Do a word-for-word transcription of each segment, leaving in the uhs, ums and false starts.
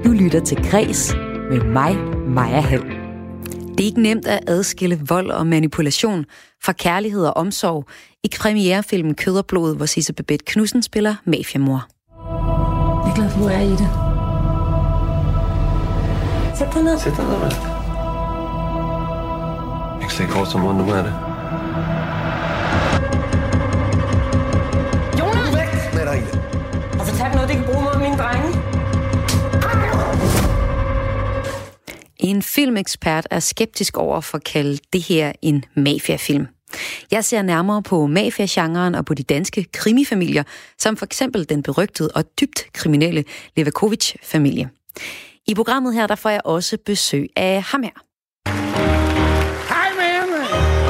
Du lytter til Græs med mig, Maja Hall. Det er ikke nemt at adskille vold og manipulation fra kærlighed og omsorg i premierefilmen Kød og Blod, hvor Sisse Babett Knudsen spiller mafiamor. Jeg er glad for, at du er i det. Sæt dig ned. Sæt dig ned, mand. Jeg kan slet ikke forestille mig, nu er det. Jonas! Du er væk med dig i det. Og fortæl noget, det kan bruge mod mine drenge. En filmekspert er skeptisk over for at kalde det her en mafiafilm. Jeg ser nærmere på mafia-genren og på de danske krimifamilier, som for eksempel den berygtede og dybt kriminelle Levakovic-familie. I programmet her, der får jeg også besøg af ham her. Hej med hjemme!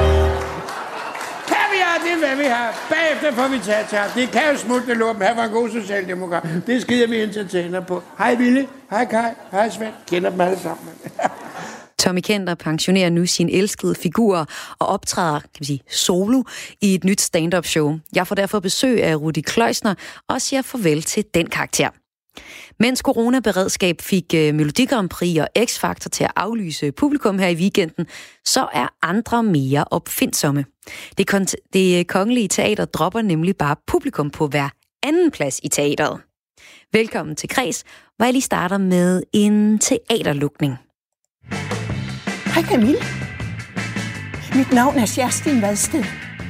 Kaviar, det er hvad vi har. Bagefter får vi taget tap. Det kan jo smutte luppen. Han var en god socialdemokrat. Det skider vi entertainer på. Hej Ville, hej Kai, hej Svend. Kender dem alle sammen. Tommy Kenter pensionerer nu sin elskede figur og optræder, kan vi sige, solo i et nyt stand-up show. Jeg får derfor besøg af Rudi Kløjsner og siger farvel til den karakter. Mens coronaberedskab fik Melodi Grand Prix og X-Factor til at aflyse publikum her i weekenden, så er andre mere opfindsomme. Det, kon- det Kongelige Teater dropper nemlig bare publikum på hver anden plads i teateret. Velkommen til Kreds, hvor jeg lige starter med en teaterlukning. Hej Camille. Mit navn er Kerstin Vadsted.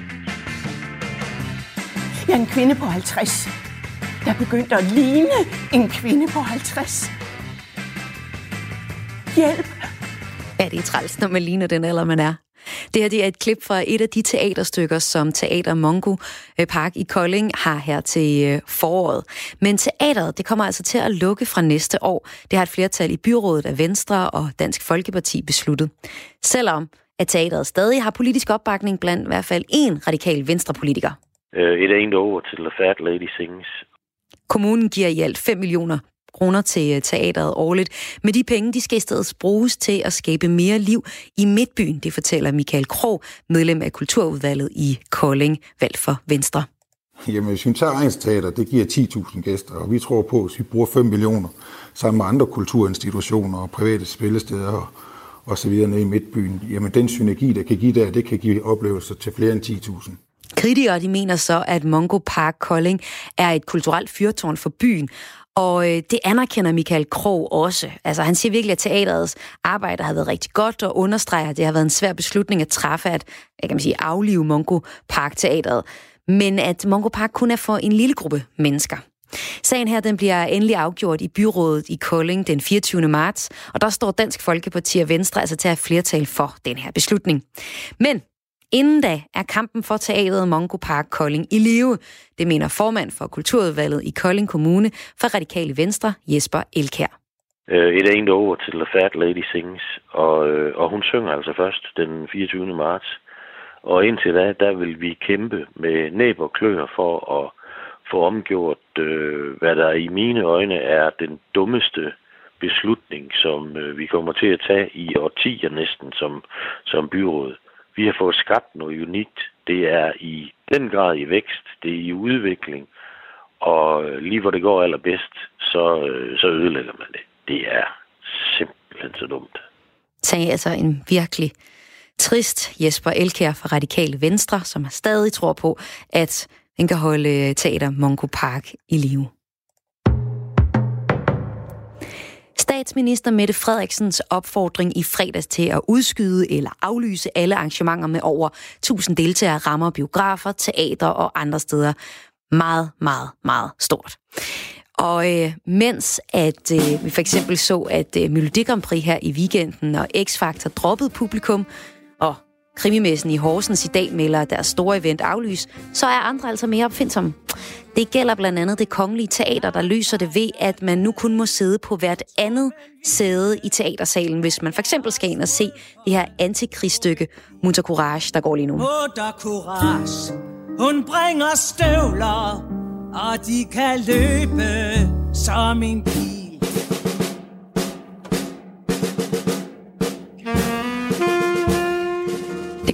Jeg er en kvinde på halvtreds. Jeg begyndte at ligne en kvinde på halvtreds. Hjælp! Ja, det er træls, når man ligner den alder, man er. Det her det er et klip fra et af de teaterstykker, som Teater Mongo Park i Kolding har her til foråret. Men teateret, det kommer altså til at lukke fra næste år. Det har et flertal i byrådet af Venstre og Dansk Folkeparti besluttet. Selvom at teateret stadig har politisk opbakning blandt i hvert fald én radikal venstrepolitiker. It ain't over till the fat lady sings. Kommunen giver i alt fem millioner kroner til teateret årligt. Men de penge, de skal i stedet bruges til at skabe mere liv i Midtbyen, det fortæller Michael Krog, medlem af Kulturudvalget i Kolding, valgt for Venstre. Jamen, hvis vi tager Egnsteater, det giver ti tusind gæster, og vi tror på, at hvis vi bruger fem millioner sammen med andre kulturinstitutioner og private spillesteder og, og så videre nede i Midtbyen, jamen den synergi, der kan give der, det kan give oplevelser til flere end ti tusind. Kritikere, de mener så, at Mongo Park Kolding er et kulturelt fyrtårn for byen, og det anerkender Michael Krog også. Altså, han siger virkelig, at teaterets arbejde har været rigtig godt, og understreger, at det har været en svær beslutning at træffe, at jeg kan sige, aflive Mongo Park Teateret, men at Mongo Park kun er for en lille gruppe mennesker. Sagen her, den bliver endelig afgjort i byrådet i Kolding den fireogtyvende marts, og der står Dansk Folkeparti og Venstre altså til at have flertal for den her beslutning. Men inden da er kampen for teateret Mongo Park Kolding i live. Det mener formand for Kulturudvalget i Kolding Kommune for Radikale Venstre, Jesper Elkjær. Uh, it ain't over till the fat lady sings. Og, uh, og hun synger altså først den fireogtyvende marts. Og indtil da, der vil vi kæmpe med næb og klør for at få omgjort, uh, hvad der i mine øjne er den dummeste beslutning, som uh, vi kommer til at tage i årtier næsten som, som byråd. Vi har fået skabt noget unikt. Det er i den grad i vækst, det er i udvikling, og lige hvor det går allerbedst, så, så ødelægger man det. Det er simpelthen så dumt. Sagde altså en virkelig trist Jesper Elkjær fra Radikale Venstre, som stadig tror på, at den kan holde teater Mongo Park i live. Statsminister Mette Frederiksens opfordring i fredags til at udskyde eller aflyse alle arrangementer med over tusind deltagere rammer biografer, teater og andre steder meget, meget, meget stort. Og øh, mens at øh, vi for eksempel så, at øh, Melodi Grand Prix her i weekenden og X-Factor droppede publikum, og Krimimessen i Horsens i dag melder deres store event aflys, så er andre altså mere opfindsomme. Det gælder blandt andet Det Kongelige Teater, der løser det ved, at man nu kun må sidde på hvert andet sæde i teatersalen, hvis man for eksempel skal ind og se det her antikrigsstykke Mutter Courage, der går lige nu. Mutter Courage, hun bringer støvler, og de kan løbe som en pil.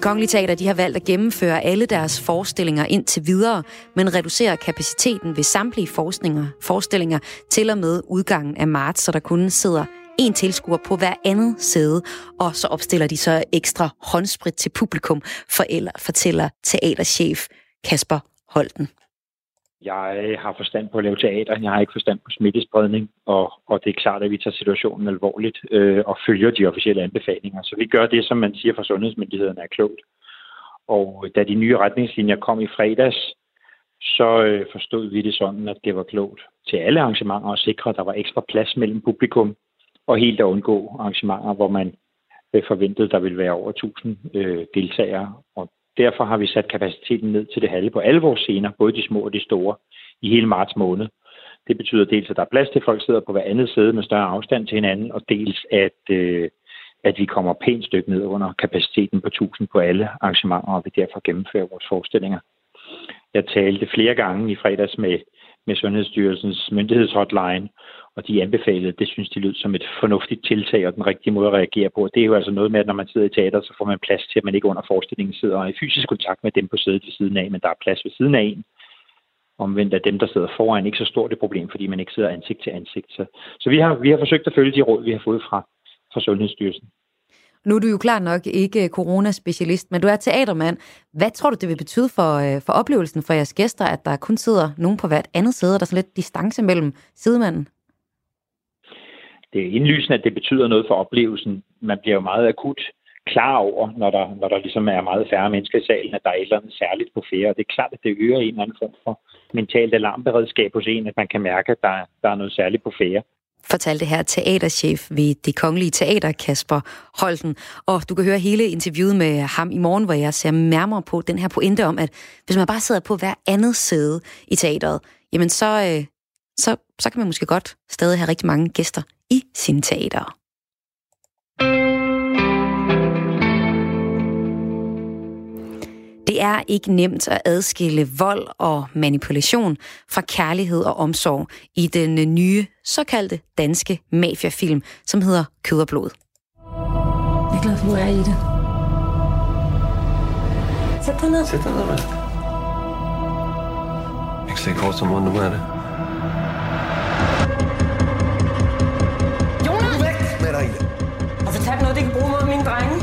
Kongelige Teater de har valgt at gennemføre alle deres forestillinger indtil videre, men reducerer kapaciteten ved samtlige forestillinger til og med udgangen af marts, så der kun sidder en tilskuer på hver andet sæde, og så opstiller de så ekstra håndsprit til publikum, fortæller teaterchef Kasper Holten. Jeg har forstand på at lave teater, jeg har ikke forstand på smittespredning, og, og det er klart, at vi tager situationen alvorligt øh, og følger de officielle anbefalinger. Så vi gør det, som man siger fra sundhedsmyndighederne er klogt. Og da de nye retningslinjer kom i fredags, så øh, forstod vi det sådan, at det var klogt til alle arrangementer at sikre, at der var ekstra plads mellem publikum, og helt at undgå arrangementer, hvor man øh, forventede, der ville være over tusind øh, deltagere. Og derfor har vi sat kapaciteten ned til det halve på alle vores scener, både de små og de store, i hele marts måned. Det betyder dels, at der er plads til, at folk sidder på hver andet sæde med større afstand til hinanden, og dels, at, øh, at vi kommer pænt stykke ned under kapaciteten på tusind på alle arrangementer, og vi derfor gennemfører vores forestillinger. Jeg talte flere gange i fredags med, med Sundhedsstyrelsens myndighedshotline, og de anbefalede, det synes de lød som et fornuftigt tiltag og den rigtige måde at reagere på. Det er jo altså noget med, at når man sidder i teater, så får man plads til, at man ikke under forestillingen sidder i fysisk kontakt med dem på sædet ved siden af, men der er plads ved siden af en. Omvendt af dem, der sidder foran, ikke så stort et problem, fordi man ikke sidder ansigt til ansigt. Så, så vi, har, vi har forsøgt at følge de råd, vi har fået fra, fra Sundhedsstyrelsen. Nu er du jo klart nok ikke coronaspecialist, men du er teatermand. Hvad tror du, det vil betyde for, for oplevelsen for jeres gæster, at der kun sidder nogen på hvert andet sæde, og der er sådan lidt distance mellem sidemanden? Det er indlysende, at det betyder noget for oplevelsen. Man bliver jo meget akut klar over, når der, når der ligesom er meget færre mennesker i salen, at der er et eller andet særligt på færre. Og det er klart, at det øger en eller anden form for mentalt alarmberedskab hos en, at man kan mærke, at der, der er noget særligt på færre. Fortalte her teaterchef ved Det Kongelige Teater, Kasper Holten. Og du kan høre hele interviewet med ham i morgen, hvor jeg ser nærmere på den her pointe om, at hvis man bare sidder på hver andet sæde i teateret, jamen så, øh, så, så kan man måske godt stadig have rigtig mange gæster i sine teater. Det er ikke nemt at adskille vold og manipulation fra kærlighed og omsorg i den nye, såkaldte danske mafiafilm, som hedder Kød og Blod. Jeg er glad for, at du er i det. Sæt dig ned. Sæt dig ned, mand. Jeg kan slet ikke forestille mig, nu er det. Jonas! Væk med dig, Ida. Og fortæl noget, det kan bruge mod mine drenge.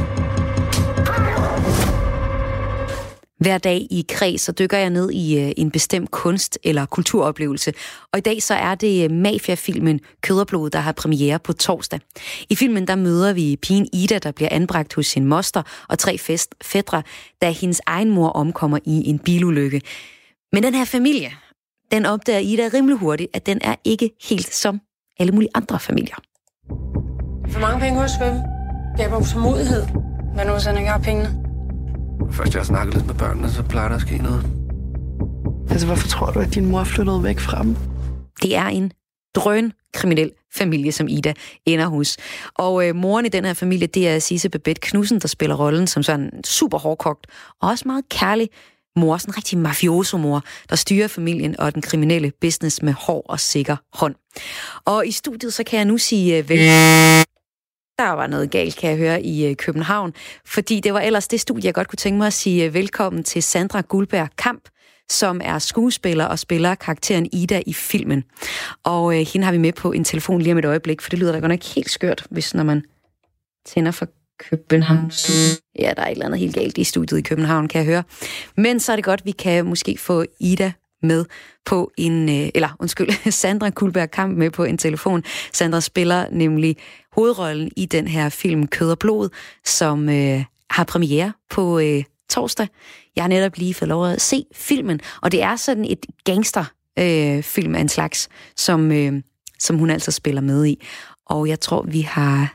Hver dag i Kreds, så dykker jeg ned i en bestemt kunst- eller kulturoplevelse. Og i dag så er det mafiafilmen Kød og Blod, der har premiere på torsdag. I filmen der møder vi pigen Ida, der bliver anbragt hos sin moster og tre fest- fætre, da hendes egen mor omkommer i en bilulykke. Men den her familie, den opdager Ida rimelig hurtigt, at den er ikke helt som alle mulige andre familier. For mange penge hos svømme. Det er bare utålmodighed. Hvad nu, hvis han ikke har pengene? Først jeg har snakket lidt med børnene, så plejer der at ske noget. Altså, hvorfor tror du, at din mor flyttede væk fra dem? Det er en drøn kriminel familie, som Ida ender hos. Og øh, moren i den her familie, det er Sisse Babette Knudsen, der spiller rollen som sådan super hårdkogt, og også meget kærlig mor, sådan en rigtig mafioso-mor, der styrer familien og den kriminelle business med hård og sikker hånd. Og i studiet, så kan jeg nu sige øh, vel... Der var noget galt, kan jeg høre, i København, fordi det var ellers det studie, jeg godt kunne tænke mig at sige velkommen til Sandra Guldberg Kamp, som er skuespiller og spiller karakteren Ida i filmen. Og øh, hende har vi med på en telefon lige om et øjeblik, for det lyder da godt nok helt skørt, hvis når man tænder for København. Ja, der er et eller andet helt galt i studiet i København, kan jeg høre. Men så er det godt, vi kan måske få Ida med på en, eller undskyld, Sandra Guldberg Kamp med på en telefon. Sandra spiller nemlig hovedrollen i den her film Kød og Blod, som øh, har premiere på øh, torsdag. Jeg har netop lige fået lov at se filmen, og det er sådan et gangsterfilm øh, af en slags, som, øh, som hun altså spiller med i. Og jeg tror, vi har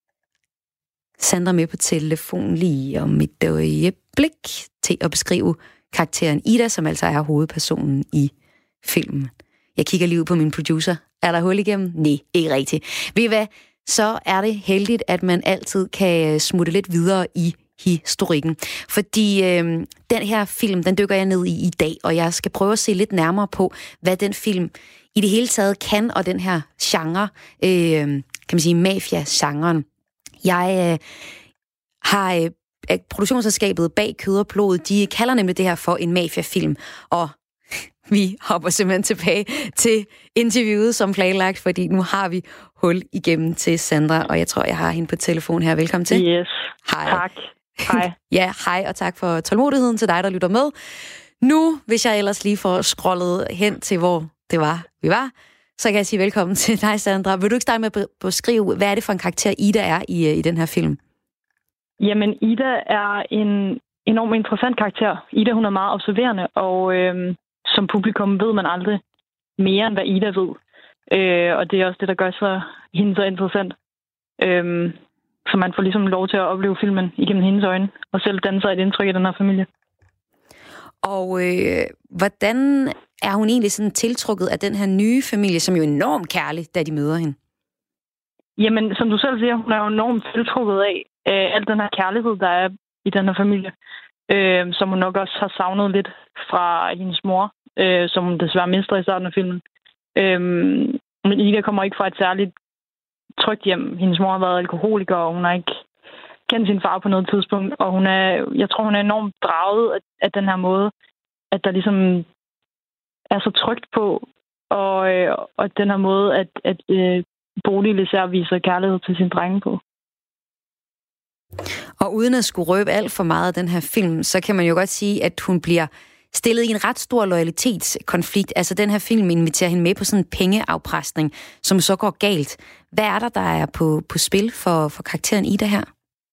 Sandra med på telefon lige om et øjeblik til at beskrive karakteren Ida, som altså er hovedpersonen i filmen. Jeg kigger lige ud på min producer. Er der hul igennem? Nej, ikke rigtigt. Ved I hvad? Så er det heldigt, at man altid kan smutte lidt videre i historikken. Fordi øh, den her film, den dykker jeg ned i i dag, og jeg skal prøve at se lidt nærmere på, hvad den film i det hele taget kan, og den her genre, øh, kan man sige, mafia-genren. Jeg øh, har øh, produktionsselskabet bag Kød og Blod, de kalder nemlig det her for en mafiafilm, og vi hopper simpelthen tilbage til interviewet som planlagt, fordi nu har vi hul igennem til Sandra, og jeg tror, jeg har hende på telefon her. Velkommen til. Yes, hej. Tak. Hej. Ja, hej, og tak for tålmodigheden til dig, der lytter med. Nu, hvis jeg ellers lige får scrollet hen til, hvor det var, vi var, så kan jeg sige velkommen til dig, Sandra. Vil du ikke starte med at beskrive, hvad er det for en karakter, Ida er i, i den her film? Jamen, Ida er en enormt interessant karakter. Ida, hun er meget observerende, og øhm, som publikum ved man aldrig mere, end hvad Ida ved. Øh, og det er også det, der gør så, hende så interessant. Øhm, så man får ligesom lov til at opleve filmen igennem hendes øjne, og selv danne sig et indtryk af den her familie. Og øh, hvordan er hun egentlig sådan tiltrukket af den her nye familie, som jo er enormt kærlig, da de møder hende? Jamen, som du selv siger, hun er jo enormt tiltrukket af øh, al den her kærlighed, der er i den her familie, øh, som hun nok også har savnet lidt fra hendes mor, øh, som hun desværre mister i starten af filmen. Øh, men Ida kommer ikke fra et særligt trygt hjem. Hendes mor har været alkoholiker, og hun har ikke kendt sin far på noget tidspunkt, og hun er, jeg tror, hun er enormt draget af, af den her måde, at der ligesom er så trygt på, og, øh, og den her måde, at, at øh, Bodil især viser kærlighed til sin drenge på. Og uden at skulle røbe alt for meget af den her film, så kan man jo godt sige, at hun bliver stillet i en ret stor loyalitetskonflikt. Altså den her film inviterer hende med på sådan en pengeafpresning, som så går galt. Hvad er der, der er på, på spil for, for karakteren Ida her?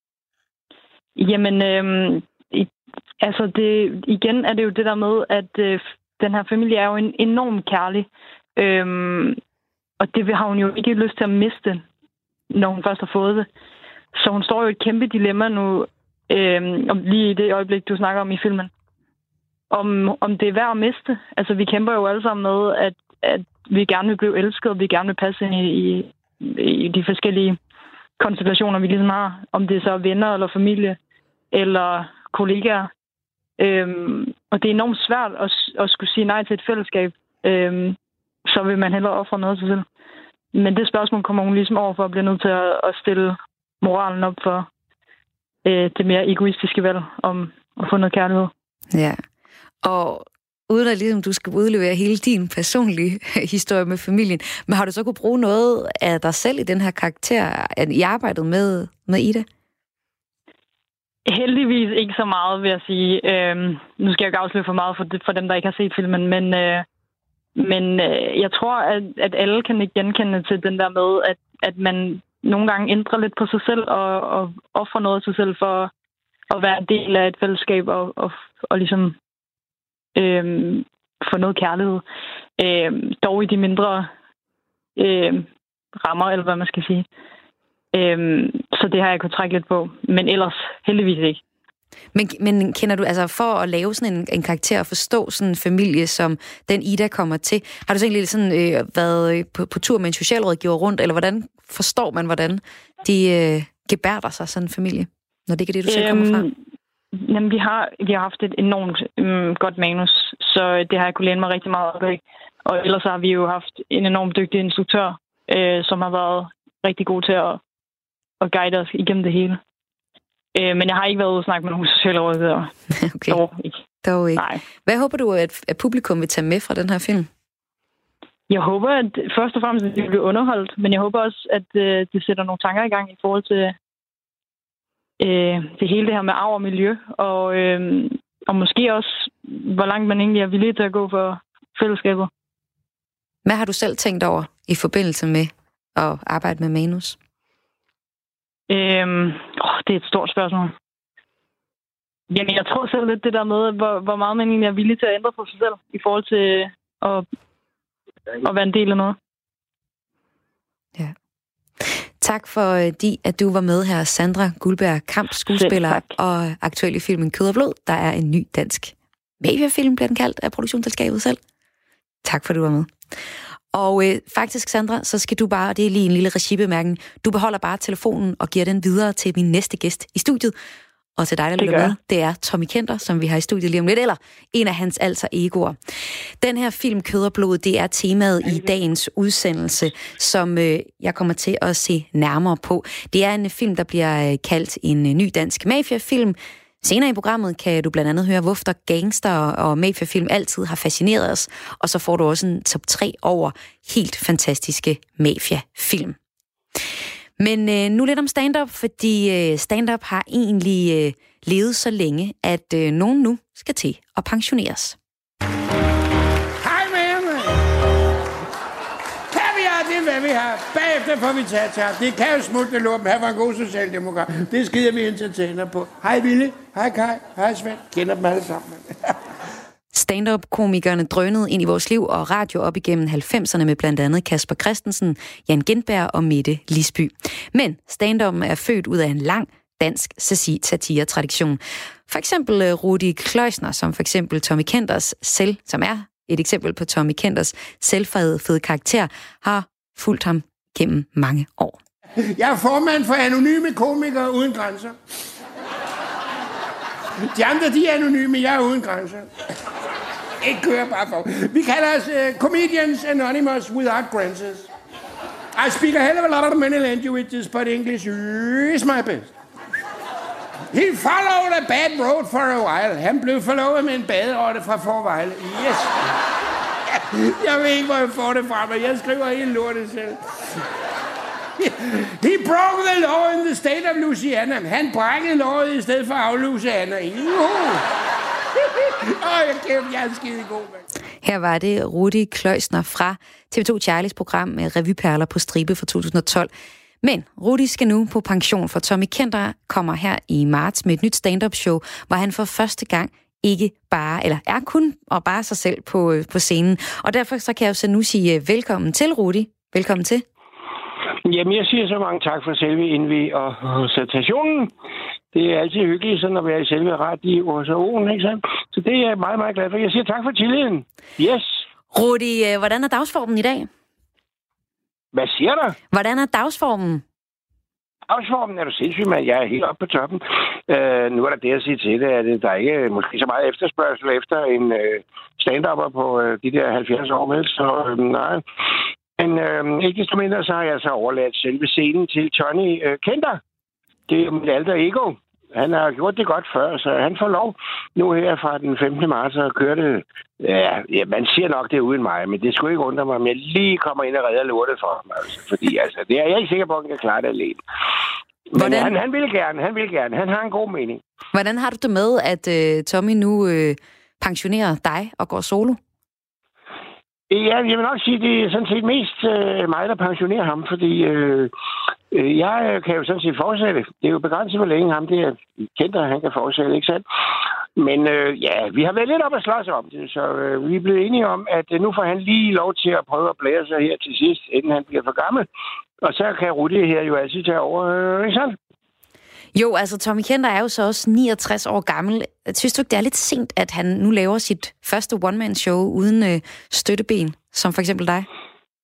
Jamen, øh, altså det, igen er det jo det der med, at øh, den her familie er jo en enormt kærlig. Øh, og det har hun jo ikke lyst til at miste, når hun først har fået det. Så hun står jo i et kæmpe dilemma nu, øh, om lige i det øjeblik, du snakker om i filmen. Om, om det er værd at miste. Altså, vi kæmper jo alle sammen med, at, at vi gerne vil blive elsket, og vi gerne vil passe ind i, i, i de forskellige konstellationer, vi ligesom har. Om det er så venner eller familie eller kollegaer. Øhm, og det er enormt svært at, at skulle sige nej til et fællesskab. Øhm, så vil man hellere ofre noget til sig selv. Men det spørgsmål kommer hun ligesom over for at blive nødt til at, at stille moralen op for øh, det mere egoistiske valg om at få noget kærlighed. Ja, og uden at ligesom du skal udlevere hele din personlige historie med familien, men har du så kunne bruge noget af dig selv i den her karakter i arbejdet med, med Ida? Heldigvis ikke så meget, vil jeg sige. Øhm, nu skal jeg ikke afsløre for meget for, for dem, der ikke har set filmen, men, øh, men øh, jeg tror, at, at alle kan ikke genkende til den der med, at, at man nogle gange ændrer lidt på sig selv og, og offrer noget af sig selv for at være en del af et fællesskab og, og, og ligesom øhm, få noget kærlighed. Øhm, dog i de mindre øhm, rammer, eller hvad man skal sige. Øhm, så det har jeg kunnet trække lidt på. Men ellers heldigvis ikke. Men, men kender du, altså for at lave sådan en, en karakter og forstå sådan en familie, som den Ida kommer til, har du så egentlig sådan, øh, været på, på tur med en socialrådgiver rundt, eller hvordan forstår man, hvordan de øh, gebærder sig sådan en familie, når det ikke er det, du selv kommer fra? Jamen, vi har, vi har haft et enormt um, godt manus, så det har jeg kunne læne mig rigtig meget op af. Og ellers har vi jo haft en enormt dygtig instruktør, øh, som har været rigtig god til at, at guide os igennem det hele. Øh, men jeg har ikke været ude og snakke med nogen socialrådgiver. Okay. Dog ikke. Dog ikke. Nej. Hvad håber du, at, at publikum vil tage med fra den her film? Jeg håber, at først og fremmest, at det bliver underholdt, men jeg håber også, at øh, det sætter nogle tanker i gang i forhold til øh, det hele det her med arv og miljø, og, øh, og måske også, hvor langt man egentlig er villig til at gå for fællesskabet. Hvad har du selv tænkt over i forbindelse med at arbejde med manus? Øhm, åh, det er et stort spørgsmål. Jamen, jeg tror selv lidt det der med, hvor, hvor meget man egentlig er villig til at ændre på sig selv, i forhold til at, at være en del af noget. Ja. Tak for, at du var med her, Sandra Guldberg Kamp, skuespiller og aktuel i filmen Kød og Blod. Der er en ny dansk mafiafilm, bliver den kaldt, af produktionsselskabet selv. Tak for, at du var med. Og øh, faktisk, Sandra, så skal du bare, det er lige en lille regibemærkning, du beholder bare telefonen og giver den videre til min næste gæst i studiet. Og til dig, der lytter med, det er Tommy Kenter, som vi har i studiet lige om lidt, eller en af hans alter egoer. Den her film Kød og Blod, det er temaet i dagens udsendelse, som øh, jeg kommer til at se nærmere på. Det er en film, der bliver kaldt en ny dansk mafiafilm. Senere i programmet kan du blandt andet høre, hvorfor gangster og mafiafilm altid har fascineret os, og så får du også en top tre over helt fantastiske mafiafilm. Men øh, nu lidt om stand-up, fordi øh, stand-up har egentlig øh, levet så længe, at øh, nogen nu skal til at pensioneres. Hej med jer, mand. Her vi har, det er hvad vi har. Bagefter får vi tage tage. Det kan jo smutte luppen. Han var en god socialdemokrat. Det skider vi entertainer på. Hej Ville. Hej Kai. Hej Svend. Kender dem alle sammen. Stand-up-komikerne drønede ind i vores liv og radio op igennem halvfemserne med blandt andet Kasper Christensen, Jan Gintberg og Mette Lisby. Men stand-up'en er født ud af en lang dansk satire-tradition. For eksempel Rudi Kløjsner, som for eksempel Tommy Kenters selv, som er et eksempel på Tommy Kenters selvfede fede karakter, har fulgt ham gennem mange år. Jeg er formand for Anonyme Komikere Uden Grænser. De andre, de er anonyme, jeg er uden grænser. Ikke kører bare for. Vi kalder os uh, Comedians Anonymous Without Gränses. I speak a hell of a lot of many languages, but English is my best. He followed a bad road for a while. Han blev forlovet med en baderotte fra Forvejle. Yes. Jeg ved ikke, hvor jeg får det fra, men jeg skriver helt lortet selv. He broke the law in the state of Louisiana. Han brækkede lovet i stedet for af Louisiana. Åh, jeg kæft, jeg er skide god, mand. Her var det Rudi Kløjsner fra T V to Charlies program med Revyperler på stribe for to tusind og tolv. Men Rudi skal nu på pension, for Tommy Kenter kommer her i marts med et nyt stand-up show, hvor han for første gang ikke bare, eller er kun og bare sig selv på, på scenen. Og derfor så kan jeg jo så nu sige velkommen til, Rudi. Velkommen til. Jamen, jeg siger så mange tak for selve indvig og citationen. Det er altid hyggeligt, sådan at være i selve radioen, ikke sandt? Så det er jeg meget, meget glad for. Jeg siger tak for tilliden. Yes. Rudi, hvordan er dagsformen i dag? Hvad siger du? Hvordan er dagsformen? Dagsformen er du sindssygt, mand. Jeg er helt oppe på toppen. Uh, nu er der det at sige til det, at der er ikke måske så meget efterspørgsel efter en uh, stand-upper på uh, de der halvfjerds år med. Så uh, nej. Men øh, ikke desto mindre, så har jeg så overladt selve scenen til Tony øh, Kenter. Det er jo mit alter ego. Han har gjort det godt før, så han får lov nu her fra den femtende marts at køre det. Ja, ja, man siger nok det uden mig, men det skulle ikke undre mig, om jeg lige kommer ind og redder lortet for ham. Altså, fordi altså, det er jeg ikke sikker på, at han kan klare det alene. Men han, han vil gerne, han vil gerne. Han har en god mening. Hvordan har du det med, at øh, Tommy nu øh, pensionerer dig og går solo? Ja, jeg vil nok sige, at det er sådan set mest øh, mig, der pensionerer ham, fordi øh, øh, jeg kan jo sådan set fortsætte. Det er jo begrænset, hvor længe ham det er Kenter, han kan fortsætte, ikke sandt? Men øh, ja, vi har været lidt op at slås om det, så øh, vi er blevet enige om, at øh, nu får han lige lov til at prøve at blære sig her til sidst, inden han bliver for gammel. Og så kan Rudi her jo altid tage over, øh, ikke sandt? Jo, altså Tommy Kenter er jo så også niogtres år gammel. Synes du ikke, det er lidt sent, at han nu laver sit første one-man-show uden øh, støtteben, som for eksempel dig?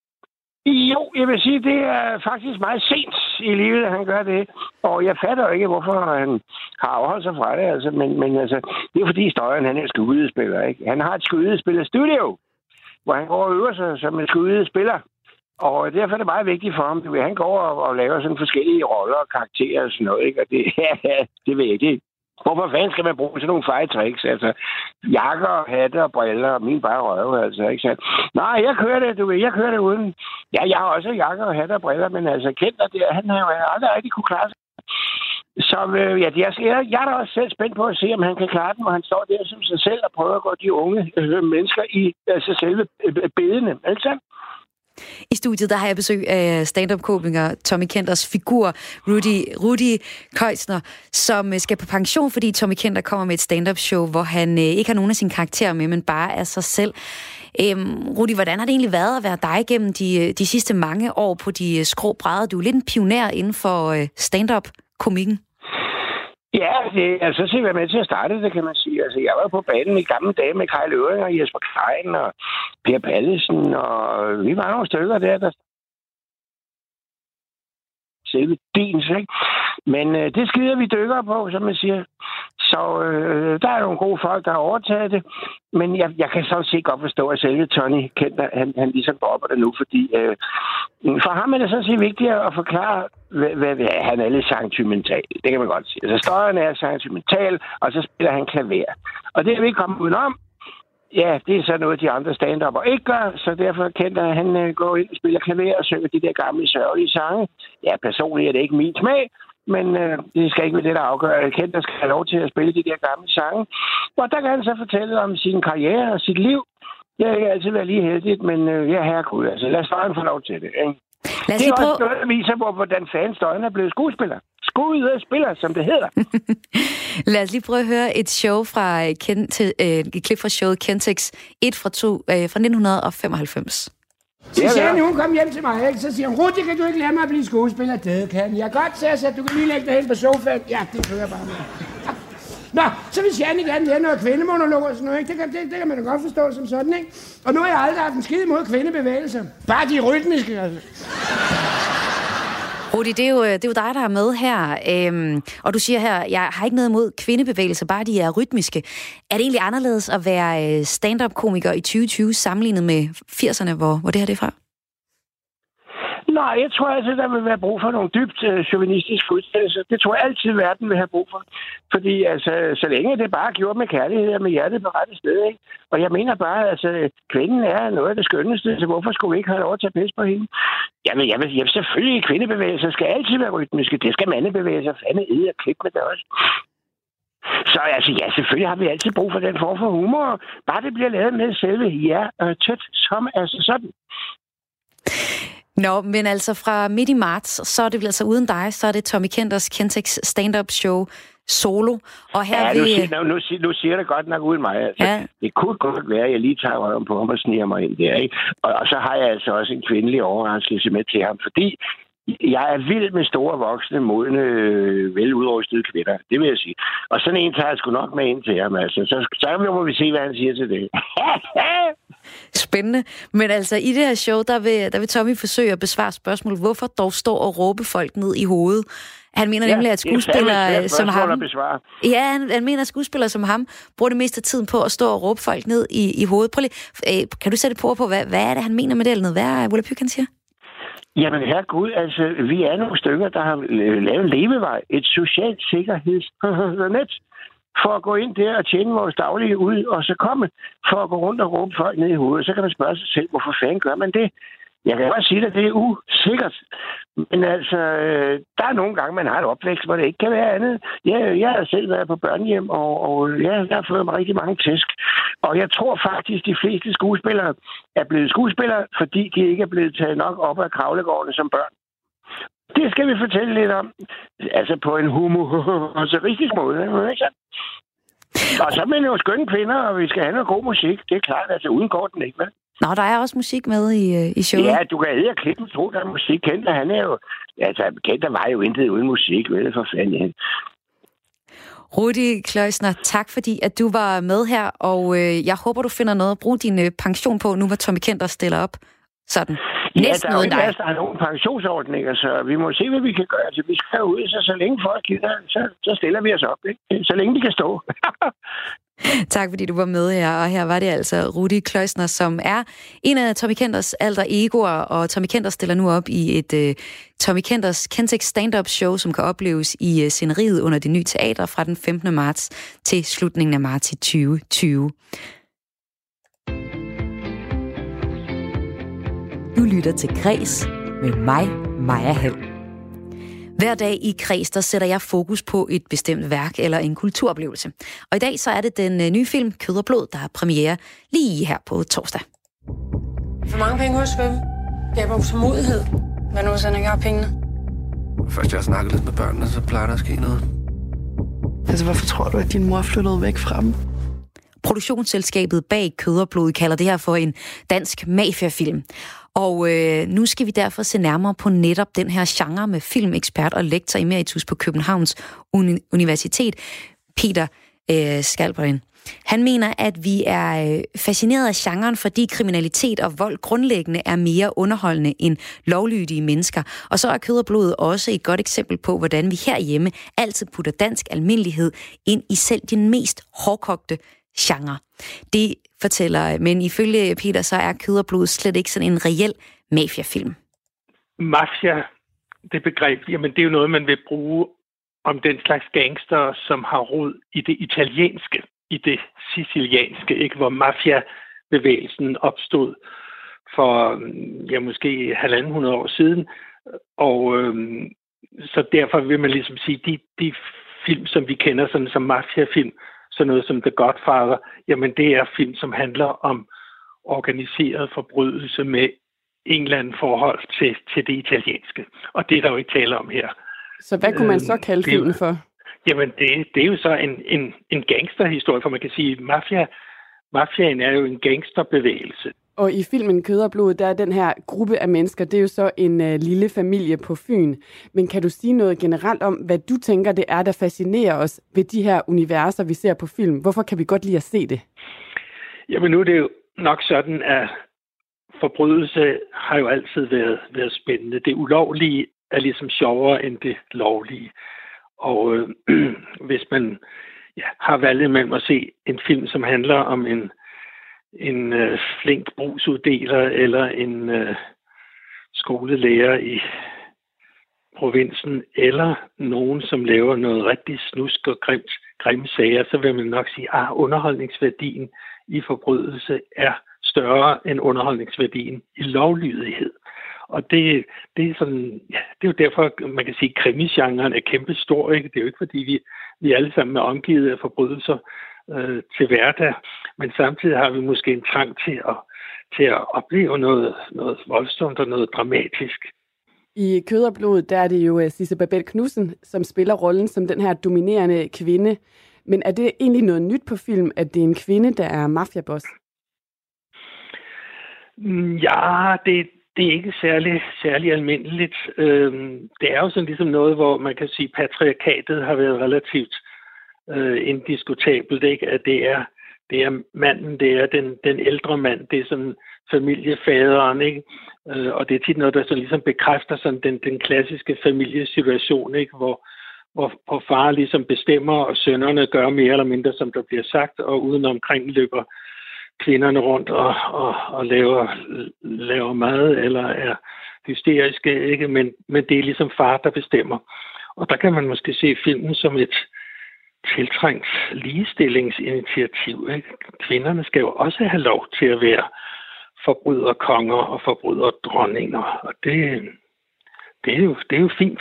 Jo, jeg vil sige, det er faktisk meget sent i livet, at han gør det. Og jeg fatter jo ikke, hvorfor han har afholdt sig fra det. Altså, men, men altså, det er fordi Støjen, han er skuespiller, ikke? Han har et skuespillerstudio, hvor han går og øver sig som en skuespiller. Og derfor er det meget vigtigt for ham. Han går og, og laver sådan forskellige roller og karakterer og sådan noget, ikke? Og det, ja, det ved jeg ikke. Hvorfor fanden skal man bruge sådan nogle feje tricks? Altså, jakker, hatte og briller og min bare røve, altså, ikke sandt? Nej, jeg kører det, du ved, jeg kører det uden. Ja, jeg har også jakker og hatte og briller, men altså, Kenter, det, han har jo aldrig rigtig kunne klare sig. Så øh, ja, jeg, jeg, jeg er da også selv spændt på at se, om han kan klare den, og han står der som sig selv og prøver at gå de unge øh, mennesker i altså selve øh, bedene, ikke sandt? I studiet der har jeg besøg af stand-up-komiker Tommy Kenters figur, Rudi, Rudi Kløjsner, som skal på pension, fordi Tommy Kenter kommer med et stand-up-show, hvor han øh, ikke har nogen af sine karakterer med, men bare er sig selv. Øhm, Rudi, hvordan har det egentlig været at være dig gennem de, de sidste mange år på de skrå brædder? Du er lidt en pioner inden for øh, stand-up-komikken. Ja, det, altså så var med til at starte det, kan man sige. Altså, jeg var på banen i gamle dage med Kaj Løring og Jesper Klein og Per Pallesen, og vi var nogle stykker der, der selve dins, ikke? Men øh, det skider vi dykker på, som man siger. Så øh, der er nogle gode folk, der har overtaget det. Men jeg, jeg kan sådan set godt forstå, at selve Tony Kenter, han, han ligesom går op på det nu, fordi øh, for ham er det sådan set vigtigt at forklare, hvad, hvad, hvad han er lidt sentimental. Det kan man godt sige. Altså støjen er sentimental, og så spiller han klaver. Og det er vi ikke kommet udenom. Ja, det er så noget, de andre stand-upper ikke gør, så derfor Kenter, han øh, går ind og spiller klaver og synger de der gamle sørgelige sange. Ja, personligt er det ikke min smag. Men øh, det skal ikke være det, der afgør. Kenter skal have lov til at spille de der gamle sange. Og der kan han så fortælle om sin karriere og sit liv. Jeg har ikke altid været lige heldigt, men øh, ja, herregud, altså lad Støjen få lov til det. Ikke? Det er også prøve... noget, der viser, hvordan fanden Støjen er blevet skuespiller. Skuespiller, som det hedder. Lad os lige prøve at høre et show fra Kent, øh, et klip fra showet Kentex et fra, to, øh, fra nitten femoghalvfems. Så siger han, hun kom hjem til mig, ikke? Så siger hun, Rudi, kan du ikke lære mig at blive skuespiller? Det kan jeg godt, så jeg sagde, du kan lige lægge dig hen på sofaen. Ja, det kører bare med. Nå, så vil Janne gerne lære noget kvindemonolog og sådan noget, ikke? Det kan, det, det kan man da godt forstå som sådan, ikke? Og nu har jeg aldrig haft en skide mod kvindebevægelser. Bare de rytmiske, altså. Rudi, det er, jo, det er jo dig, der er med her, øhm, og du siger her, jeg har ikke noget imod kvindebevægelser, bare de er rytmiske. Er det egentlig anderledes at være stand-up-komiker i tyve tyve sammenlignet med firserne, hvor, hvor det her det er fra? Nej, jeg tror altså, der vil være brug for nogle dybt øh, chauvinistiske udtalelser. Det tror jeg altid, verden vil have brug for. Fordi altså, så længe det bare er gjort med kærlighed og med hjertet på rette sted, ikke? Og jeg mener bare, at altså, kvinden er noget af det skønneste, så hvorfor skulle vi ikke have lov at tage pis på hende? Jamen, jeg vil, jeg vil selvfølgelig, kvindebevægelser skal altid være rytmiske. Det skal mandebevægelser fandme æde og klippe med det også. Så altså, ja, selvfølgelig har vi altid brug for den form for humor. Bare det bliver lavet med selve ja og tødt, som altså sådan. Nå, men altså fra midt i marts, så er det vel altså uden dig, så er det Tommy Kenters Kentex stand-up show solo. Og her ja, vi... nu, siger, nu, nu, nu siger det godt nok uden mig. Altså. Ja. Det kunne godt være, at jeg lige tager røven på ham og sniger mig ind der. Ikke? Og, og så har jeg altså også en kvindelig overraskelse med til ham, fordi jeg er vild med store, voksne, modne, veludrustede kvinder. Det vil jeg sige. Og sådan en tager jeg sgu nok med ind til ham. Altså. Så, så må vi se, hvad han siger til det. Spændende. Men altså, i det her show, der vil, der vil Tommy forsøge at besvare spørgsmål. Hvorfor dog stå og råbe folk ned i hovedet? Han mener ja, nemlig, at skuespillere som ham... Ja, han, han mener, at skuespillere som ham bruger det meste af tiden på at stå og råbe folk ned i, i hovedet. Prøv lige, øh, kan du sætte på på, hvad, hvad er det, han mener med det, eller noget? Hvad er Volapyk, han siger? Jamen herregud, altså, vi er nogle stykker, der har lavet en levevej. Et socialt sikkerhedsnet. For at gå ind der og tjene vores daglige ud, og så komme for at gå rundt og råbe folk ned i hovedet. Så kan man spørge sig selv, hvorfor fanden gør man det? Jeg kan bare sige, at det er usikkert. Men altså, der er nogle gange, man har et opvækst, hvor det ikke kan være andet. Jeg, jeg har selv været på børnehjem, og, og ja, jeg har fået mig rigtig mange tæsk. Og jeg tror faktisk, de fleste skuespillere er blevet skuespillere, fordi de ikke er blevet taget nok op af kravlegårdene som børn. Det skal vi fortælle lidt om. Altså på en humoristisk måde, ikke sant? Og så er det jo skønne kvinder, og vi skal have noget god musik. Det er klart, altså uden går den ikke, vel? Nå, der er også musik med i, i showet. Ja, du kan æde og klippe, tro, der er musik. Kenter, han er jo... Altså, Kenter var jo intet uden musik, vel, for fanden. Rudi Kløjsner, tak fordi, at du var med her, og øh, jeg håber, du finder noget at bruge din øh, pension på, nu hvor Tommy Kenter stiller op. Sådan. Ja, næsten der er jo ikke der er nogle pensionsordninger, så vi må se, hvad vi kan gøre. Altså, vi skal ud, så så længe folk gider, så, så stiller vi os op, ikke? Så længe de kan stå. Tak fordi du var med her, og her var det altså Rudi Kløjsner, som er en af Tommy Kenters alter egoer, og Tommy Kenter stiller nu op i et uh, Tommy Kenters Kentex stand-up show, som kan opleves i uh, sceneriet under Det Nye Teater fra den femtende marts til slutningen af marts i tyve tyve. Du lytter til Kres med mig, Maja Hall. Hver dag i Kres, der sætter jeg fokus på et bestemt værk eller en kulturoplevelse. Og i dag så er det den nye film Kød og Blod, der har premiere lige her på torsdag. For mange penge hos svømme. Det er bare utålmodighed. Hvad nu, så ikke har pengene? Først jeg har snakket lidt med børnene, så plejer der at ske noget. Altså, hvorfor tror du, at din mor flyttede væk fra dem? Produktionsselskabet bag Kød og Blod kalder det her for en dansk mafiafilm. Og øh, nu skal vi derfor se nærmere på netop den her genre med filmekspert og lektor emeritus på Københavns Uni- Universitet, Peter øh, Skalperin. Han mener, at vi er fascineret af genren, fordi kriminalitet og vold grundlæggende er mere underholdende end lovlydige mennesker. Og så er Kød og Blod også et godt eksempel på, hvordan vi herhjemme altid putter dansk almindelighed ind i selv den mest hårdkogte genre. Det fortæller, men ifølge Peter, så er Kød og Blod slet ikke sådan en reel mafiafilm. Mafia, det begreb, jamen det er jo noget, man vil bruge om den slags gangster, som har rod i det italienske, i det sicilianske, ikke, hvor mafia-bevægelsen opstod for ja, måske halvanden hundrede år siden. Og øhm, så derfor vil man ligesom sige, de, de film, som vi kender sådan, som mafiafilm, sådan noget som The Godfather, jamen det er film, som handler om organiseret forbrydelse med en eller anden forhold til, til det italienske. Og det er der jo ikke tale om her. Så hvad kunne man så kalde øh, filmen for? Jamen, det, det er jo så en, en, en gangsterhistorie, for man kan sige, mafia, mafiaen er jo en gangsterbevægelse. Og i filmen Kød og Blod, der er den her gruppe af mennesker, det er jo så en uh, lille familie på Fyn. Men kan du sige noget generelt om, hvad du tænker, det er, der fascinerer os ved de her universer, vi ser på film? Hvorfor kan vi godt lide at se det? Jamen nu er det jo nok sådan, at forbrydelse har jo altid været, været spændende. Det ulovlige er ligesom sjovere end det lovlige. Og øh, hvis man ja, har valget mellem at se en film, som handler om en, en øh, flink brugsuddeler eller en øh, skolelærer i provinsen, eller nogen, som laver noget rigtig snusk og grimt, grimme sager, så vil man nok sige, at underholdningsværdien i forbrydelse er større end underholdningsværdien i lovlydighed. Og det, det er sådan, ja, det er jo derfor, man kan sige, at krimisgenren er kæmpe stor, ikke? Det er jo ikke, fordi vi, vi alle sammen er omgivet af forbrydelser øh, til hverdag, men samtidig har vi måske en trang til at, til at opleve noget, noget voldsomt og noget dramatisk. I Kød og Blod, der er det jo Sisse Babett Knudsen, som spiller rollen som den her dominerende kvinde. Men er det egentlig noget nyt på film, at det er en kvinde, der er mafiaboss? Ja, det Det er ikke særlig, særlig almindeligt. Øhm, det er jo sådan ligesom noget, hvor man kan sige, at patriarkatet har været relativt øh, indiskutabelt, ikke? At det er, det er manden, det er den, den ældre mand, det er sådan familiefaderen, ikke? Øh, og det er tit noget, der sådan ligesom bekræfter sådan den, den klassiske familiesituation, ikke? Hvor, hvor, hvor far ligesom bestemmer, og sønnerne gør mere eller mindre, som der bliver sagt, og uden omkring løber kvinderne rundt og, og, og laver, laver mad eller er hysteriske, ikke? Men, men det er ligesom far, der bestemmer. Og der kan man måske se filmen som et tiltrængt ligestillingsinitiativ, ikke? Kvinderne skal jo også have lov til at være forbryderkonger og forbryderdronninger, og det, det, er, jo, det er jo fint.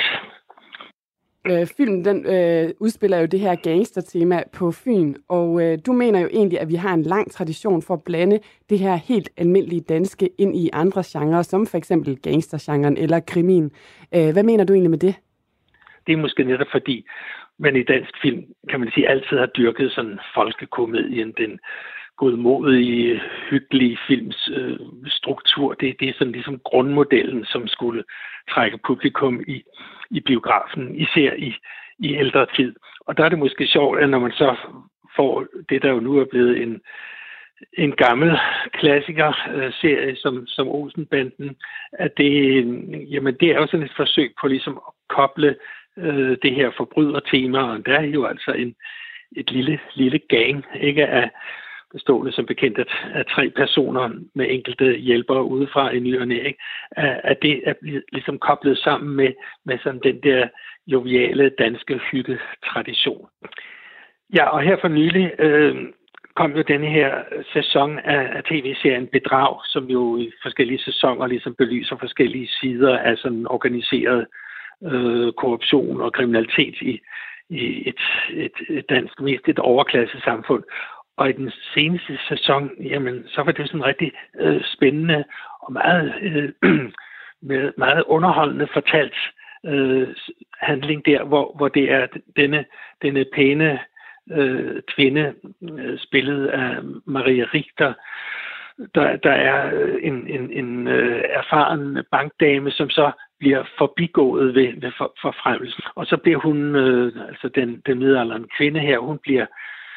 Øh, filmen den øh, udspiller jo det her gangstertema på Fyn, og øh, du mener jo egentlig, at vi har en lang tradition for at blande det her helt almindelige danske ind i andre genrer, som for eksempel gangstergenren eller krimien. Øh, hvad mener du egentlig med det? Det er måske netop fordi, man i dansk film, kan man sige, altid har dyrket sådan folkekomedien, den godmodige, hyggelige films øh, struktur. Det, det er sådan ligesom grundmodellen, som skulle trække publikum i, i biografen, især i, i ældre tid. Og der er det måske sjovt, at når man så får det, der jo nu er blevet en, en gammel klassiker-serie øh, som, som Olsenbanden, at det, jamen, det er jo sådan et forsøg på ligesom at koble øh, det her forbrydertema, og der er jo altså en, et lille, lille gang, ikke, af bestående som bekendt af, af tre personer med enkelte hjælpere udefra i ny og næ, at det er ligesom koblet sammen med, med sådan den der joviale danske hyggetradition. Ja, og her for nylig øh, kom jo denne her sæson af, af tv-serien Bedrag, som jo i forskellige sæsoner ligesom belyser forskellige sider af sådan organiseret øh, korruption og kriminalitet i, i et, et, et dansk, mest et overklasse samfund. Og i den seneste sæson, jamen, så var det sådan rigtig øh, spændende og meget, øh, med meget underholdende fortalt øh, handling der, hvor, hvor det er denne, denne pæne øh, kvinde, øh, spillet af Maria Richter, der, der er en, en, en øh, erfaren bankdame, som så bliver forbigået ved, ved for, forfremmelsen. Og så bliver hun, øh, altså den, den midaldrende kvinde her, hun bliver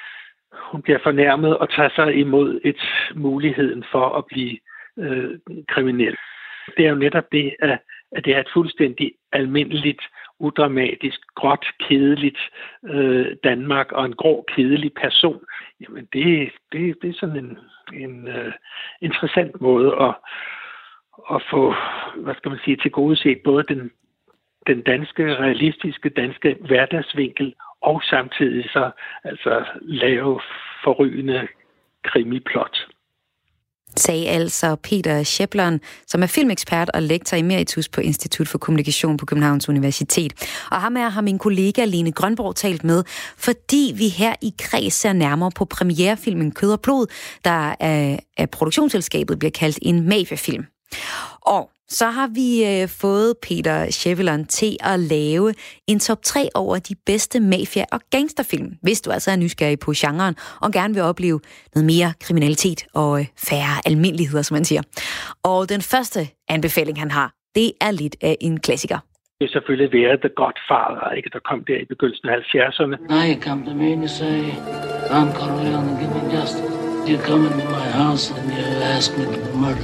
hun bliver fornærmet og tager sig imod et muligheden for at blive øh, kriminel. Det er jo netop det, at, at det er et fuldstændig almindeligt, udramatisk, gråt, kedeligt øh, Danmark og en grå, kedelig person. Jamen det, det, det er sådan en, en øh, interessant måde at, at få, hvad skal man sige, tilgodeset både den, den danske, realistiske danske hverdagsvinkel og samtidig så altså lave forrygende krimiplot. Sagde altså Peter Schepler, som er filmekspert og lektor emeritus på Institut for Kommunikation på Københavns Universitet. Og ham er har min kollega Lene Grønborg talt med, fordi vi her i Kreds ser nærmere på premierefilmen Kød og Blod, der af, af produktionsselskabet bliver kaldt en mafiafilm. Og så har vi øh, fået Peter Schepler til at lave en top tre over de bedste mafia- og gangsterfilm, hvis du altså er nysgerrig på genren og gerne vil opleve noget mere kriminalitet og øh, færre almindeligheder, som man siger. Og den første anbefaling, han har, det er lidt af en klassiker. Det er selvfølgelig været The Godfather, ikke? Der kom der i begyndelsen af halvfjerdserne. Now you come to me and you say, Don Corleone, give me justice. You come into my house and you ask me to murder.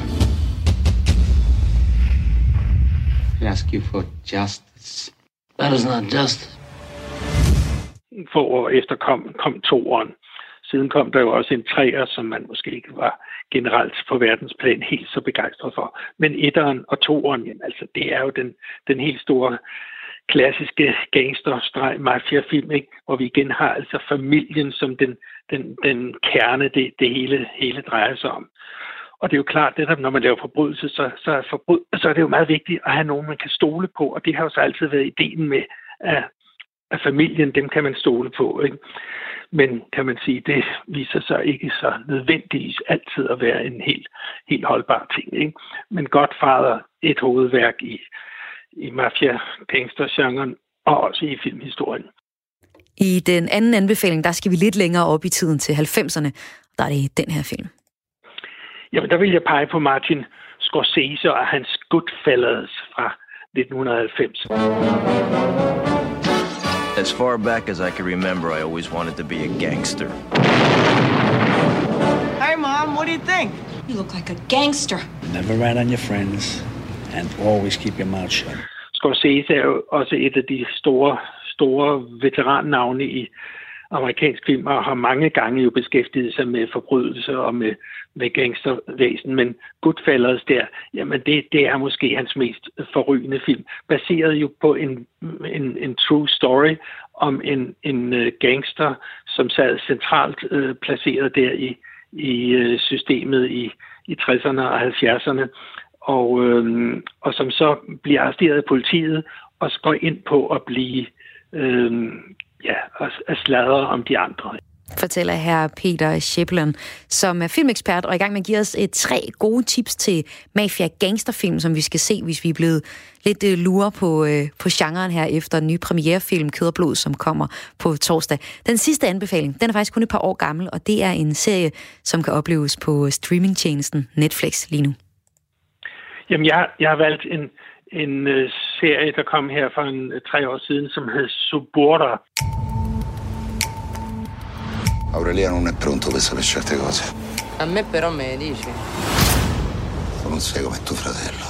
I ask you for justice. That is not justice. Få år efter kom, kom toeren. Siden kom der jo også en treer, som man måske ikke var generelt på verdensplan helt så begejstret for. Men etteren og toeren, jamen, altså, det er jo den, den helt store klassiske gangsterstreg-mafia-film, ikke? Hvor vi igen har altså familien som den, den, den kerne, det, det hele, hele drejer sig om. Og det er jo klart, at når man laver forbrydelse, så, så, er forbryd, så er det jo meget vigtigt at have nogen, man kan stole på. Og det har jo så altid været ideen med, at, at familien, dem kan man stole på. Ikke? Men kan man sige, det viser sig ikke så nødvendigvis altid at være en helt, helt holdbar ting. Ikke? Men Godfather, et hovedværk i, i mafia-gangster-genren og også i filmhistorien. I den anden anbefaling, der skal vi lidt længere op i tiden til halvfemserne. Der er det den her film. Jamen, der vil jeg pege på Martin Scorsese og hans Goodfellas fra nitten halvfems. As far back as I can remember, I always wanted to be a gangster. Hey, Mom, what do you think? You look like a gangster. Never rat on your friends, and always keep your mouth shut. Scorsese er jo også et af de store, store veterannavne i amerikansk film, og har mange gange jo beskæftiget sig med forbrydelser og med, med gangstervæsen, men Goodfellas der, jamen det, det er måske hans mest forrygende film, baseret jo på en, en, en true story om en, en gangster, som sad centralt øh, placeret der i, i øh, systemet i, i tresserne og halvfjerdserne, og, øh, og som så bliver arresteret af politiet og går ind på at blive øh, ja, at sladre om de andre. Fortæller her Peter Schepler, som er filmekspert og er i gang med at give os et tre gode tips til mafia-gangsterfilm, som vi skal se, hvis vi er blevet lidt uh, lure på, uh, på genren her efter den nye premierefilm Kød og Blod, som kommer på torsdag. Den sidste anbefaling, den er faktisk kun et par år gammel, og det er en serie, som kan opleves på streamingtjenesten Netflix lige nu. Jamen, jeg, jeg har valgt en En uh, serie, der kom her for en, uh, tre år siden, som hed Suburra. Aureliano non è pronto per sapere certe cose. A me però me ne dici. Tu non sei come tuo fratello.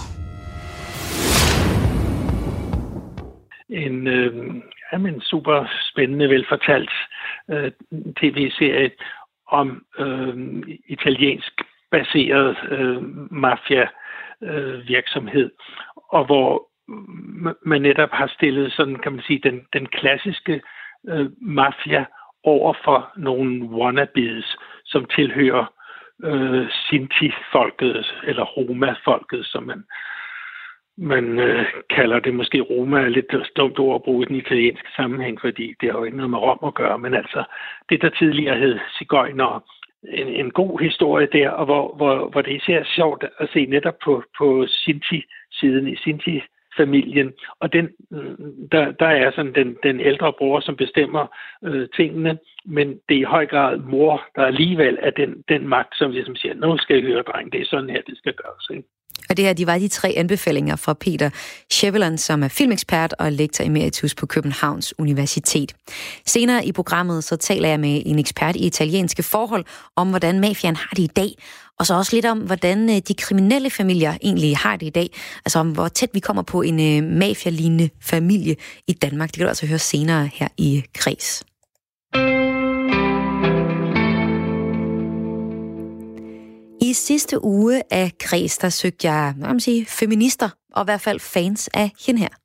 En, uh, jamen, super spændende, velfortalt uh, tv-serie om uh, italiensk baseret uh, mafia uh, virksomhed, og hvor man netop har stillet sådan, kan man sige, den, den klassiske øh, mafia over for nogle wannabes, som tilhører øh, Sinti-folket, eller Roma-folket, som man, man øh, kalder det. Måske Roma er lidt dumt ord at bruge i den italienske sammenhæng, fordi det har jo ikke noget med Rom at gøre, men altså det, der tidligere hed sigøjnere. En, en god historie der, og hvor, hvor, hvor det især er sjovt at se netop på, på Sinti-siden, i Sinti familien. Og den, der, der er sådan den, den ældre bror, som bestemmer øh, tingene, men det er i høj grad mor, der alligevel er den, den magt, som ligesom siger, nu skal I høre, dreng, det er sådan her, det skal gøres. Ikke? Og det her, de var de tre anbefalinger fra Peter Schæveland, som er filmekspert og lektor emeritus på Københavns Universitet. Senere i programmet, så taler jeg med en ekspert i italienske forhold om, hvordan mafiaen har det i dag, og så også lidt om, hvordan de kriminelle familier egentlig har det i dag. Altså om, hvor tæt vi kommer på en uh, mafia-lignende familie i Danmark. Det kan du altså høre senere her i Kreds. I sidste uge af Kreds, der søgte jeg, hvad man sige, feminister, og i hvert fald fans af hende her.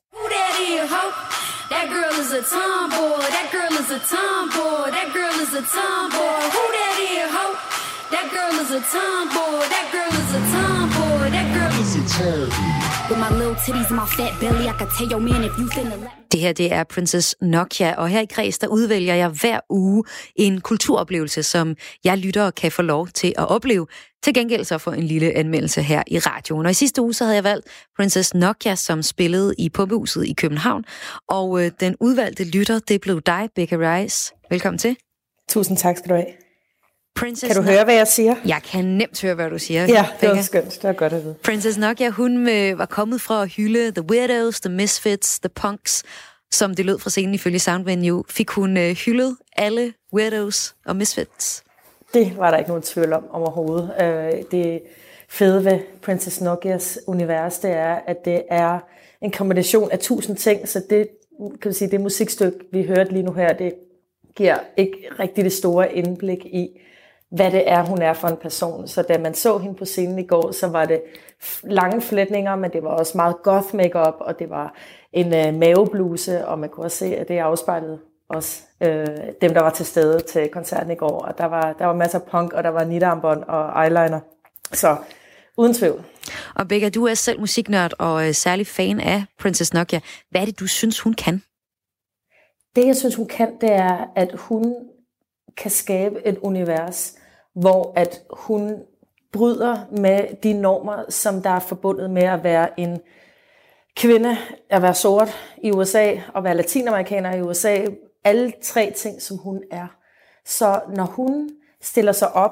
Det her, det er Princess Nokia, og her i Kreds, der udvælger jeg hver uge en kulturoplevelse, som jeg lytter kan få lov til at opleve. Til gengæld så for en lille anmeldelse her i radioen. Og i sidste uge, så havde jeg valgt Princess Nokia, som spillede i Pumpehuset i København. Og øh, den udvalgte lytter, det blev dig, Becca Rice. Velkommen til. Tusind tak skal du have. Princess kan du høre, hvad jeg siger? Jeg kan nemt høre, hvad du siger. Ja, det var skønt. Det var godt at vide. Princess Nokia, hun øh, var kommet fra at hylde The Weirdos, The Misfits, The Punks, som det lød fra scenen ifølge Soundvenue. Fik hun øh, hyldet alle Weirdos og Misfits? Det var der ikke nogen tvivl om overhovedet. Øh, det fede ved Princess Nokias univers, det er, at det er en kombination af tusind ting, så det, kan vi sige, det musikstykke, vi hørte lige nu her, det giver ikke rigtig det store indblik i, hvad det er, hun er for en person. Så da man så hende på scenen i går, så var det lange flætninger, men det var også meget goth makeup, og det var en øh, mavebluse, og man kunne også se, at det afspejlede også øh, dem, der var til stede til koncerten i går. Og der var, der var masser af punk, og der var nittearmbånd og eyeliner. Så uden tvivl. Og Becca, du er selv musiknørd og øh, særlig fan af Princess Nokia. Hvad er det, du synes, hun kan? Det, jeg synes, hun kan, det er, at hun kan skabe et univers, hvor at hun bryder med de normer, som der er forbundet med at være en kvinde, at være sort i U S A, og være latinamerikaner i U S A. Alle tre ting, som hun er. Så når hun stiller sig op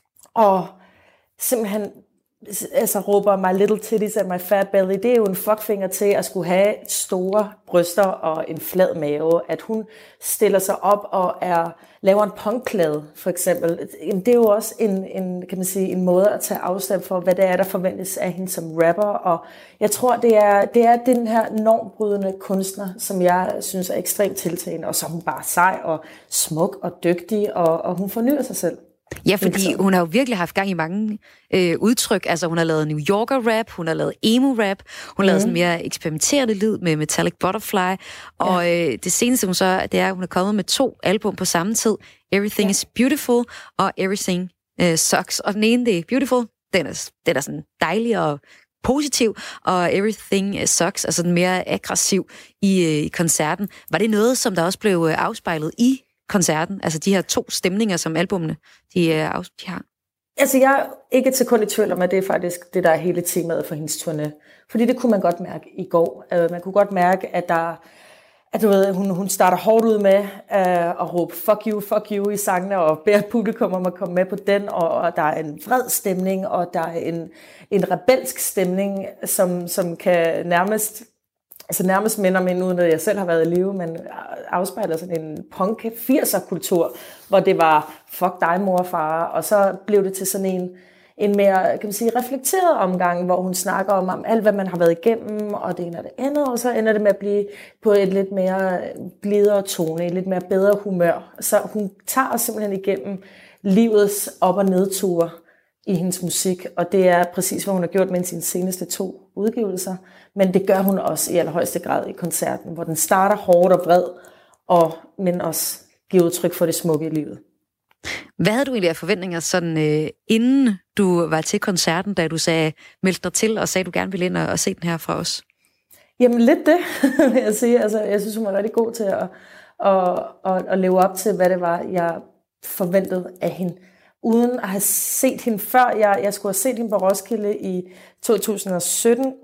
og simpelthen altså råber my little titties and my fat belly, det er jo en fuckfinger til at skulle have store bryster og en flad mave. At hun stiller sig op og er, laver en punkklæde, for eksempel. Det er jo også en, en, kan man sige, en måde at tage afstand for, hvad det er, der forventes af hende som rapper. Og jeg tror, det er, det er den her normbrydende kunstner, som jeg synes er ekstremt tiltalende, og så er hun bare sej og smuk og dygtig, og, og hun fornyer sig selv. Ja, fordi hun har jo virkelig haft gang i mange øh, udtryk. Altså, hun har lavet New Yorker-rap, hun har lavet emo-rap, hun har mm. lavet sådan mere eksperimenterende lyd med Metallic Butterfly. Og ja. øh, det seneste, hun så, det er, at hun er kommet med to album på samme tid. Everything ja. is Beautiful og Everything uh, Sucks. Og den ene, det er Beautiful, den er, den er sådan dejlig og positiv, og Everything Sucks, altså den mere aggressiv i, øh, i koncerten. Var det noget, som der også blev afspejlet i koncerten? Altså de her to stemninger, som albumene de, uh, de har? Altså jeg er ikke til kun i tvivl om, at det er faktisk det, der er hele temaet for hendes turné. Fordi det kunne man godt mærke i går. Uh, man kunne godt mærke, at der at du ved, hun, hun starter hårdt ud med uh, at råbe fuck you, fuck you i sangene, og beder publikum om at komme med på den, og, og der er en vred stemning, og der er en, en rebelsk stemning, som, som kan nærmest altså nærmest minder mig, uden at jeg selv har været i live, men afspejler sådan en punk firser-kultur, hvor det var fuck dig, mor og far, og så blev det til sådan en, en mere, kan man sige, reflekteret omgang, hvor hun snakker om, om alt, hvad man har været igennem, og det ene og det andet, og så ender det med at blive på et lidt mere blidere tone, et lidt mere bedre humør. Så hun tager os simpelthen igennem livets op- og nedture i hendes musik, og det er præcis, hvad hun har gjort med sine seneste to udgivelser, men det gør hun også i allerhøjeste grad i koncerten, hvor den starter hårdt og vred, og, men også giver udtryk for det smukke i livet. Hvad havde du egentlig af forventninger, sådan, øh, inden du var til koncerten, da du sagde, meldte dig til og sagde, du gerne ville ind og, og se den her fra os? Jamen lidt det, vil jeg sige. Altså, jeg synes, hun var rigtig god til at, at, at, at leve op til, hvad det var, jeg forventede af hende. Uden at have set hende før. Jeg, jeg skulle have set hende på Roskilde i to tusind og sytten,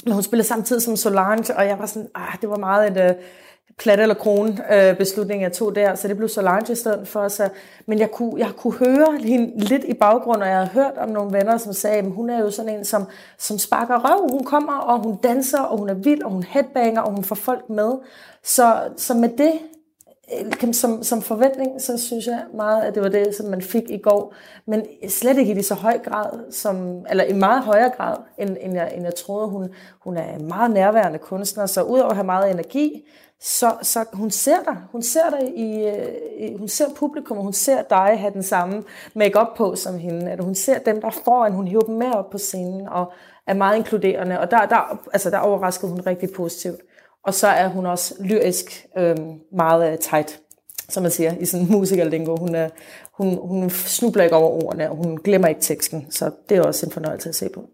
Men hun spillede samtidig som Solange, og jeg var sådan, ah, det var meget et uh, plat eller kron uh, beslutning, jeg tog der, så det blev Solange i stedet for. Så, men jeg kunne, jeg kunne høre hende lidt i baggrunden, og jeg havde hørt om nogle venner, som sagde, at hun er jo sådan en, som, som sparker røv. Hun kommer, og hun danser, og hun er vild, og hun headbanger, og hun får folk med. Så, så med det, som, som forventning, så synes jeg meget, at det var det, som man fik i går. Men slet ikke i så høj grad, som, eller i meget højere grad, end, end, jeg, end jeg troede. Hun, hun er en meget nærværende kunstner, så udover at have meget energi, så, så hun ser dig. Hun ser dig i, i, hun ser publikum, og hun ser dig have den samme make-up på som hende. At hun ser dem, der er foran, hun hiver dem med op på scenen, og er meget inkluderende. Og der, der, altså, der overraskede hun rigtig positivt. Og så er hun også lyrisk øh, meget uh, tight, som man siger, i sådan musikerlingo. Hun, er, hun, hun snubler ikke over ordene, og hun glemmer ikke teksten. Så det er også en fornøjelse at se på.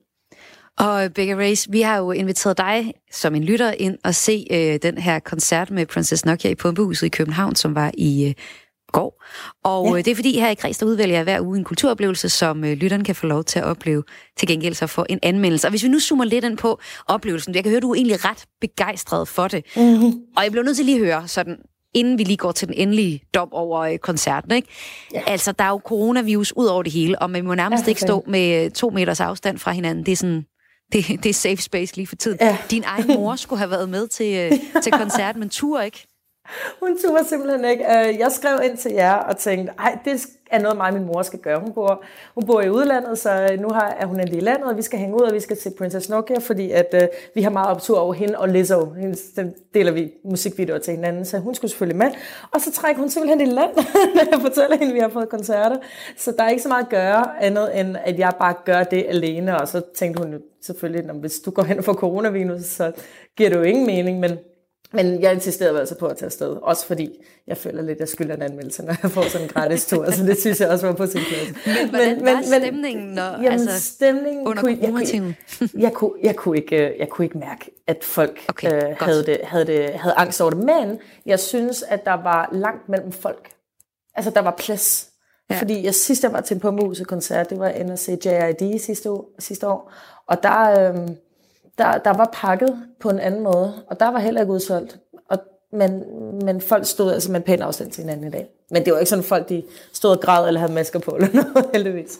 Og Becca Race, vi har jo inviteret dig som en lytter ind og se øh, den her koncert med Princess Nokia i Pumpehuset i København, som var i øh, går. Og ja. øh, det er fordi her i Kreds, der udvælger jeg hver uge en kulturoplevelse, som øh, lytteren kan få lov til at opleve, til gengæld så for en anmeldelse. Og hvis vi nu zoomer lidt ind på oplevelsen, jeg kan høre, du er egentlig ret begejstret for det. Mm-hmm. Og jeg bliver nødt til lige at høre, sådan, inden vi lige går til den endelige dom over øh, koncerten, ikke? Ja. Altså, der er jo coronavirus ud over det hele, og man må nærmest ja, ikke stå med to meters afstand fra hinanden. Det er sådan... Det, det er safe space lige for tiden. Ja. Din egen mor skulle have været med til, til koncerten, men turde ikke. Hun turde simpelthen ikke. Jeg skrev ind til jer og tænkte, ej, det er noget, mig og min mor skal gøre. Hun bor, hun bor i udlandet, så nu har, er hun endelig i landet, og vi skal hænge ud, og vi skal se Princess Nokia, fordi at, uh, vi har meget optur over hende og Lizzo. Hende, den deler vi musikvideoer til hinanden, så hun skulle selvfølgelig med. Og så trækker hun simpelthen i land, når jeg fortæller hende, at vi har fået koncerter. Så der er ikke så meget at gøre andet, end at jeg bare gør det alene. Og så tænkte hun selvfølgelig, at hvis du går hen og får coronavirus, så giver det jo ingen mening, men Men jeg insisterede altså på at tage afsted, også fordi jeg føler lidt, at jeg skylder en anmeldelse, når jeg får sådan en gratis tur, så det synes jeg også var på sin plads. Men hvordan men, var men, stemningen, når, jamen, altså, stemningen under kunne, jeg, kunne, jeg, kunne, jeg, kunne ikke, jeg kunne ikke mærke, at folk okay, øh, havde, det, havde, det, havde angst over det, men jeg synes, at der var langt mellem folk. Altså, der var plads. Ja. Fordi jeg sidst jeg var til en Pumpehuset-koncert, det var inde at se J I D sidste år, sidste år og der... Øh, Der, der var pakket på en anden måde, og der var heller ikke udsolgt. Og, men, men folk stod altså med en pæn afstand til hinanden i dag. Men det var ikke sådan, folk de stod og græd eller havde masker på, eller noget, heldigvis.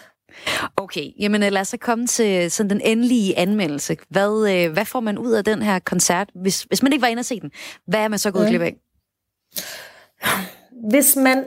Okay, jamen lad os så komme til sådan den endelige anmeldelse. Hvad, øh, hvad får man ud af den her koncert, hvis, hvis man ikke var inde og se den? Hvad er man så gået glip af? Hvis man,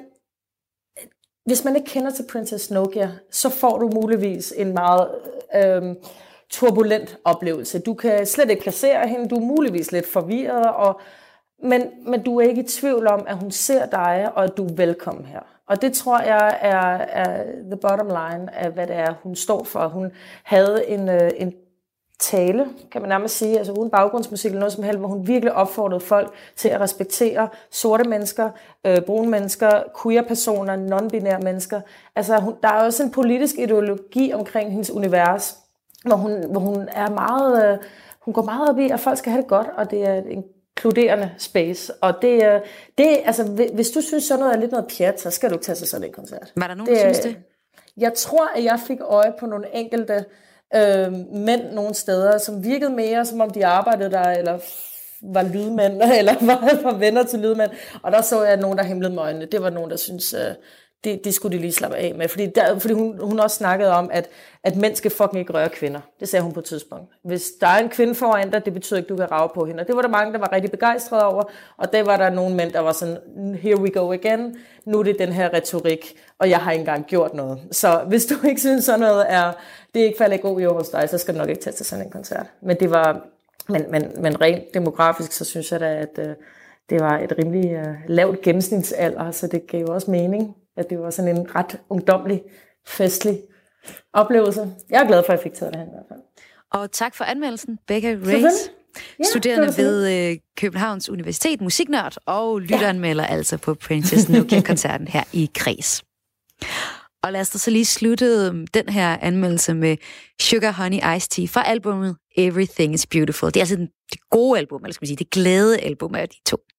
hvis man ikke kender til Princess Nokia, så får du muligvis en meget... Øh, turbulent oplevelse. Du kan slet ikke placere hende, du er muligvis lidt forvirret, og, men, men du er ikke i tvivl om, at hun ser dig, og at du er velkommen her. Og det tror jeg er, er the bottom line af, hvad det er, hun står for. Hun havde en, en tale, kan man nærmest sige, altså uden baggrundsmusik eller noget som helst, hvor hun virkelig opfordrede folk til at respektere sorte mennesker, øh, brune mennesker, queer-personer, non-binære mennesker. Altså, hun, der er også en politisk ideologi omkring hendes univers, hvor hun, hvor hun er meget, øh, hun går meget op i, at folk skal have det godt, og det er en inkluderende space. Og det, øh, det altså, hvis du synes sådan noget er lidt noget pjat, så skal du ikke tage sig sådan en koncert. Var der nogen, der synes det? Jeg tror, at jeg fik øje på nogle enkelte øh, mænd nogle steder, som virkede mere, som om de arbejdede der, eller var lydmænd, eller var, var venner til lydmænd. Og der så jeg nogen, der himlede med øjnene. Det var nogen, der synes... Øh, Det, det skulle de lige slappe af med. Fordi, der, fordi hun, hun også snakkede om, at, at mænd skal fucking ikke røre kvinder. Det sagde hun på et tidspunkt. Hvis der er en kvinde foran dig, det betyder ikke, at du kan rage på hende. Og det var der mange, der var rigtig begejstrede over. Og der var der nogle mænd, der var sådan, here we go again. Nu er det den her retorik, og jeg har ikke engang gjort noget. Så hvis du ikke synes, sådan noget er, det er ikke faldet god i år hos dig, så skal du nok ikke tage til sådan en koncert. Men det var, men, men, men rent demografisk, så synes jeg da, at uh, det var et rimelig uh, lavt gennemsnitsalder, så det gav jo også mening. At det var sådan en ret ungdomlig, festlig oplevelse. Jeg er glad for, at jeg fik taget det hen i hvert fald. Og tak for anmeldelsen, Becca Race, ja, studerende ved øh, Københavns Universitet, musiknørd og lytteranmelder ja. altså på Princess Nokia-koncerten her i Kreds. Og lad os da så lige slutte den her anmeldelse med Sugar Honey Iced Tea fra albumet Everything is Beautiful. Det er altså den, det gode album, eller skal man sige, det glade album af de to.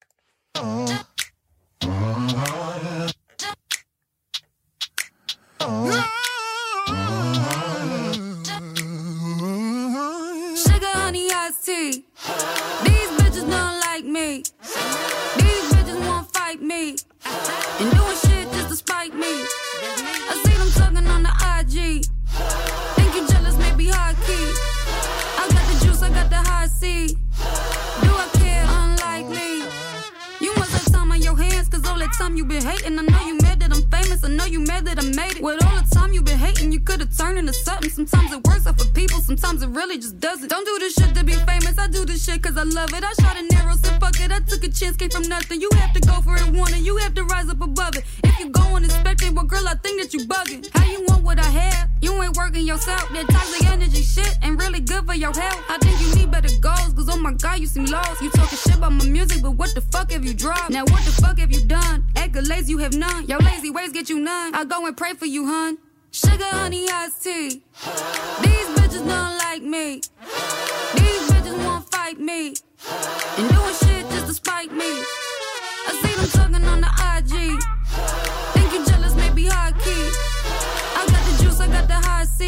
Sugar honey tea. These bitches don't like me. These bitches won't fight me. And doing shit just to spite me. I see them talking on the I G. Think you jealous, maybe high key. I got the juice, I got the high C. Do I care? Unlikely. You must have time on your hands, cause all that time you been hating. I know you mad that I'm famous, I know you mad that I made it. With all the time you been hating, you could've turned into something. Sometimes it works out for people, sometimes it really just doesn't. Don't do this shit to be famous, I do this shit cause I love it. I shot an arrow, said fuck it, I took a chance, came from nothing. You have to go for it, want it, you have to rise up above it. If you go unexpected, well girl, I think that you bugging. How you want what I have? You ain't working yourself. That toxic energy shit ain't really good for your health. I think you need better goals, cause oh my god, you seem lost. You talking shit about my music, but what the fuck have you dropped? Now what the fuck have you done? Accolades you have none. Your lazy ways get you none. I go and pray for you, hun. Sugar, honey, iced tea. These bitches don't like me. These bitches won't fight me. And doing shit just to spite me. I see them talking on the I G. Think you jealous, maybe high key. I got the juice, I got the high C.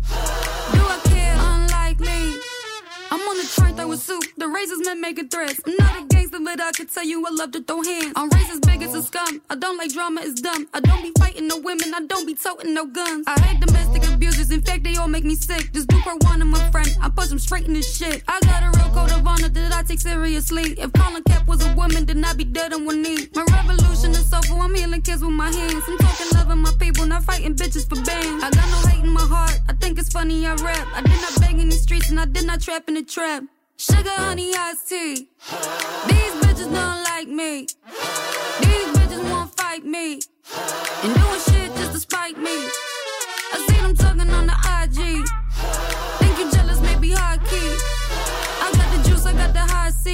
Do I care? Unlikely. I'm on the train throwing soup. The racist men making threats. I'm not a gangster, but I can tell you I love to throw hands. I'm racist, bigots, and scum. I don't like drama, it's dumb. I don't be fighting no women, I don't be toting no guns. I hate domestic abusers, in fact, they all make me sick. Just do per one of my friend, I push them straight in this shit. I got a real code of honor that I take seriously. If Colin Kaepernick was a woman, then I'd be dead on one knee. My revolution is soulful, I'm healing kids with my hands. I'm talking loving my people, not fighting bitches for bands. I got no hate in my heart, I think it's funny I rap. I did not beg in these streets and I did not trap in the trap. Sugar, honey, iced tea. These bitches don't like me. These bitches won't fight me. And doing shit just to spite me. I see them talking on the I G. Think you jealous, maybe high key. I got the juice, I got the high C.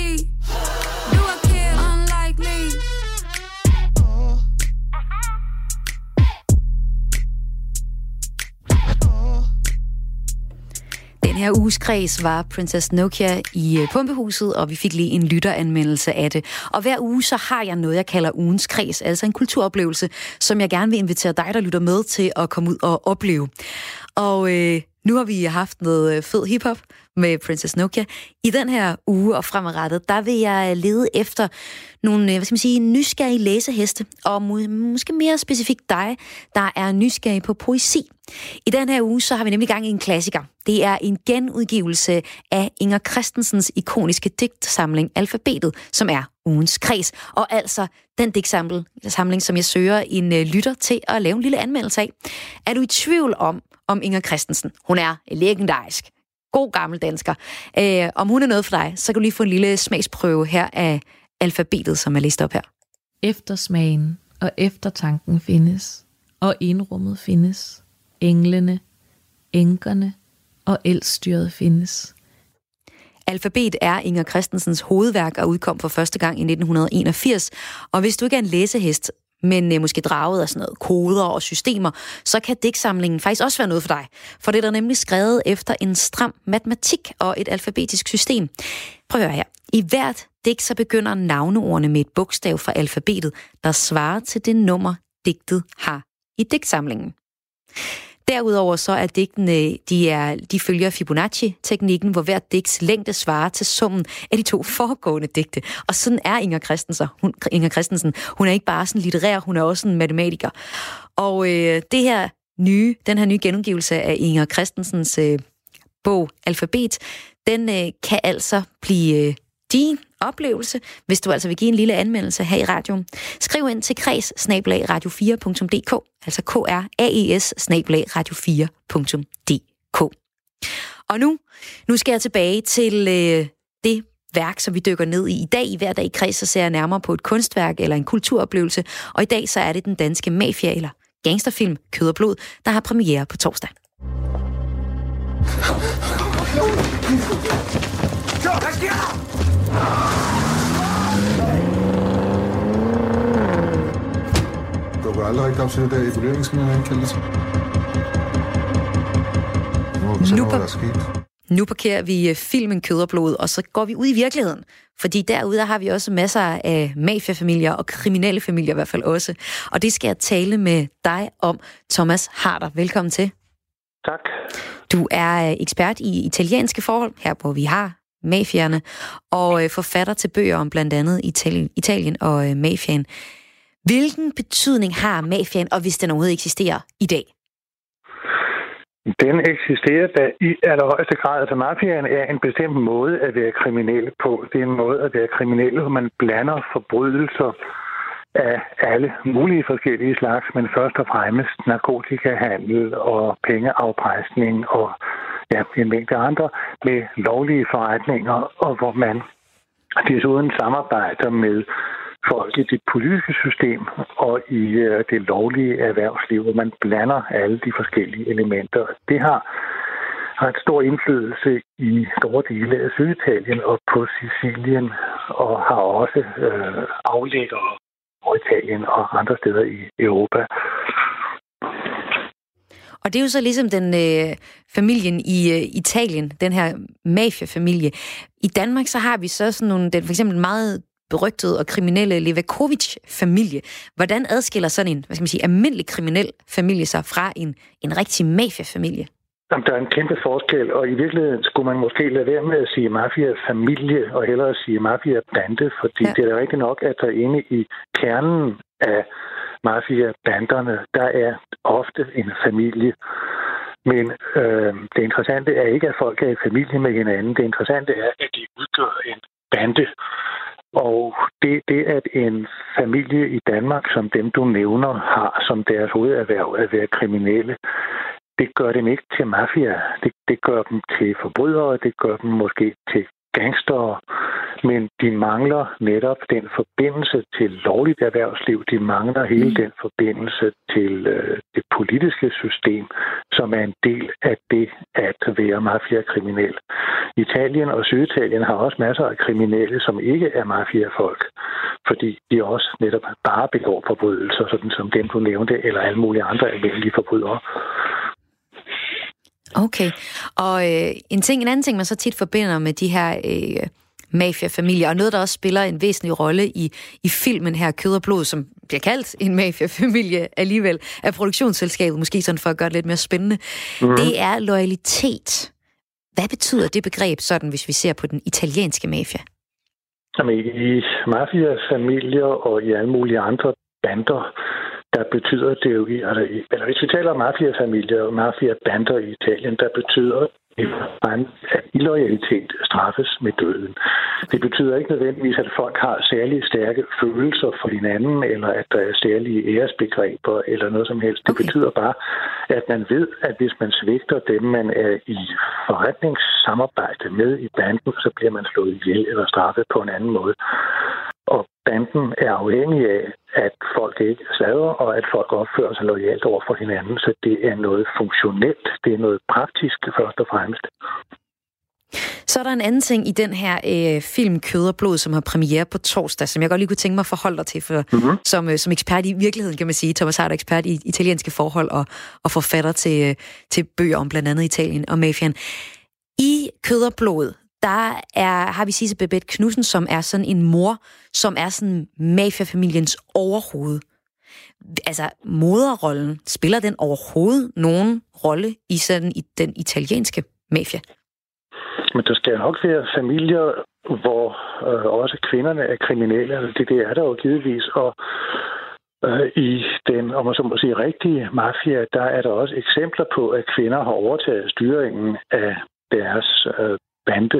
Do I care? Unlikely. Den her uges kreds var Princess Nokia i Pumpehuset, og vi fik lige en lytteranmeldelse af det. Og hver uge så har jeg noget, jeg kalder ugens kreds, altså en kulturoplevelse, som jeg gerne vil invitere dig, der lytter med, til at komme ud og opleve. Og øh, nu har vi haft noget fed hiphop med Princess Nokia. I den her uge og fremadrettet, der vil jeg lede efter nogle, hvad skal man sige, nysgerrige læseheste, og må, måske mere specifikt dig, der er nysgerrig på poesi. I den her uge, så har vi nemlig gang i en klassiker. Det er en genudgivelse af Inger Christensens ikoniske digtsamling Alfabetet, som er ugens kreds. Og altså den digtsamling, som jeg søger en lytter til at lave en lille anmeldelse af. Er du i tvivl om, om Inger Christensen? Hun er legendarisk. God gammel dansker. Øh, om hun er noget for dig, så kan du lige få en lille smagsprøve her af Alfabetet, som er læst op her. Eftersmagen og eftertanken findes, og indrummet findes. Englene, enkerne og elstyret findes. Alfabet er Inger Christensens hovedværk og udkom for første gang i nitten enogfirs. Og hvis du ikke er en læsehest, men øh, måske draget af sådan noget koder og systemer, så kan digtsamlingen faktisk også være noget for dig. For det er der nemlig skrevet efter en stram matematik og et alfabetisk system. Prøv at høre her. I hvert digt så begynder navneordene med et bogstav fra alfabetet, der svarer til det nummer, digtet har i digtsamlingen. Derudover så er digtene, de, er, de følger Fibonacci-teknikken, hvor hver digts længde svarer til summen af de to foregående digte. Og sådan er Inger Christensen. Hun, Inger Christensen. Hun er ikke bare sådan litterær, hun er også en matematiker. Og øh, det her nye, den her nye genudgivelse af Inger Christensens øh, bog Alfabet, den øh, kan altså blive øh, din oplevelse, hvis du altså vil give en lille anmeldelse her i radioen. Skriv ind til kreds snabel-a radio fire punktum d k, altså k r a e s snabel-a radio fire punktum d k. Og nu, nu skal jeg tilbage til øh, det værk, som vi dykker ned i i dag. I hver dag i kreds, så ser jeg nærmere på et kunstværk eller en kulturoplevelse, og i dag så er det den danske mafia- eller gangsterfilm Kød og Blod, der har premiere på torsdag. Du går aldrig rigtig op til det der evaluering, som jeg kalder det. Nu, nu, par- nu parkerer vi filmen Kød og Blod, og så går vi ud i virkeligheden. Fordi derude har vi også masser af mafiafamilier og kriminelle familier i hvert fald også. Og det skal jeg tale med dig om, Thomas Harder. Velkommen til. Tak. Du er ekspert i italienske forhold, her hvor vi har mafierne, og øh, forfatter til bøger om blandt andet Italien, Italien og øh, mafiaen. Hvilken betydning har mafiaen, og hvis den overhovedet eksisterer i dag? Den eksisterer da i allerhøjeste grad. Altså mafiaen er en bestemt måde at være kriminelle på. Det er en måde at være kriminelle, hvor man blander forbrydelser af alle mulige forskellige slags, men først og fremmest narkotikahandel og pengeafpresning og ja, en mængde andre med lovlige forretninger, og hvor man desuden samarbejder med folk i det politiske system og i øh, det lovlige erhvervsliv, hvor man blander alle de forskellige elementer. Det har ret stor indflydelse i store dele af Syditalien og på Sicilien, og har også øh, aflæggere i Italien og andre steder i Europa. Og det er jo så ligesom den øh, familien i øh, Italien, den her mafiafamilie. I Danmark så har vi så sådan nogle, den for eksempel meget berygtede og kriminelle Levakovic-familie. Hvordan adskiller sådan en, hvad skal man sige, almindelig kriminel familie sig fra en, en rigtig mafiafamilie? Jamen, der er en kæmpe forskel, og i virkeligheden skulle man måske lade være med at sige mafia-familie, og hellere sige mafia-bande, fordi ja. Det er rigtigt nok, at der inde i kernen af mafia-banderne, der er ofte en familie. Men øh, det interessante er ikke, at folk er i familie med hinanden. Det interessante er, at de udgør en bande. Og det, det, at en familie i Danmark, som dem du nævner, har som deres hovederhverv at være kriminelle, det gør dem ikke til mafia. Det, det gør dem til forbrydere, det gør dem måske til gangstere, men de mangler netop den forbindelse til lovligt erhvervsliv. De mangler hele den forbindelse til øh, det politiske system, som er en del af det at være mafia-kriminel. Italien og Syditalien har også masser af kriminelle, som ikke er mafiafolk, fordi de også netop bare begår forbrydelser, sådan som dem du nævnte, eller alle mulige andre almindelige forbrydere. Okay, og øh, en ting, en anden ting, man så tit forbinder med de her øh, mafiafamilier, og noget, der også spiller en væsentlig rolle i, i filmen her, Kød og Blod, som bliver kaldt en mafiafamilie alligevel, af produktionsselskabet, måske sådan for at gøre det lidt mere spændende, mm. det er loyalitet. Hvad betyder det begreb sådan, hvis vi ser på den italienske mafia? Jamen, i mafiafamilier og i alle mulige andre bander, der betyder det jo, altså, eller hvis vi taler om mafiafamilier og mafiabander i Italien, der betyder at illoyalitet straffes med døden. Det betyder ikke nødvendigvis, at folk har særlig stærke følelser for hinanden, eller at der er særlige æresbegreber, eller noget som helst. Det okay. betyder bare, at man ved, at hvis man svigter dem, man er i forretningssamarbejde med i banden, så bliver man slået ihjel eller straffet på en anden måde. Og banden er afhængig af, at folk ikke sladrer, og at folk opfører sig loyalt over for hinanden. Så det er noget funktionelt, det er noget praktisk først og fremmest. Så er der en anden ting i den her øh, film Kød og Blod, som har premiere på torsdag, som jeg godt lige kunne tænke mig at forholde dig til, for, mm-hmm. som, øh, som ekspert i virkeligheden, kan man sige. Thomas Harder, ekspert i italienske forhold og, og forfatter til, øh, til bøger om blandt andet Italien og mafiaen. I Kød og Blod, der er, har vi Sisse Babette Knudsen, som er sådan en mor, som er sådan mafiafamiliens overhoved. Altså, moderrollen, spiller den overhovedet nogen rolle i sådan i den italienske mafia? Men der skal nok være familier, hvor øh, også kvinderne er kriminelle. Altså, det, det er der jo givetvis. Og øh, i den, om man så må sige, rigtige mafia, der er der også eksempler på, at kvinder har overtaget styringen af deres øh, bande,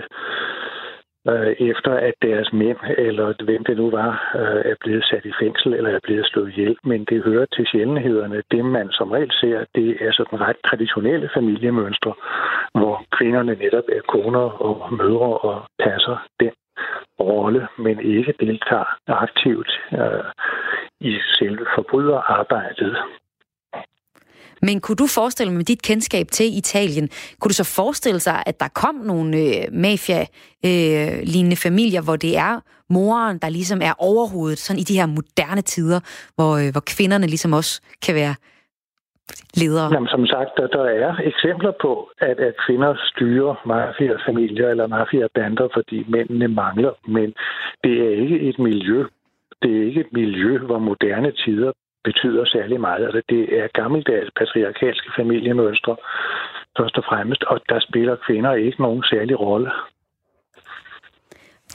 øh, efter at deres mænd, eller hvem det nu var, øh, er blevet sat i fængsel, eller er blevet slået ihjel. Men det hører til sjældenhederne. Det, man som regel ser, det er sådan ret traditionelle familiemønstre, hvor kvinderne netop er koner og mødre og passer den rolle, men ikke deltager aktivt øh, i selve forbryderarbejdet. Men kunne du forestille dig med dit kendskab til Italien, kunne du så forestille sig, at der kom nogle øh, mafia-lignende øh, familier, hvor det er moren, der ligesom er overhovedet, sådan i de her moderne tider, hvor, øh, hvor kvinderne ligesom også kan være ledere? Jamen, som sagt, der, der er eksempler på, at, at kvinder styrer mafia-familier eller mafia-bander, fordi mændene mangler, men det er ikke et miljø. Det er ikke et miljø, hvor moderne tider betyder særlig meget. Altså, det er gammeldags patriarkalske familiemønstre, først og fremmest, og der spiller kvinder ikke nogen særlig rolle.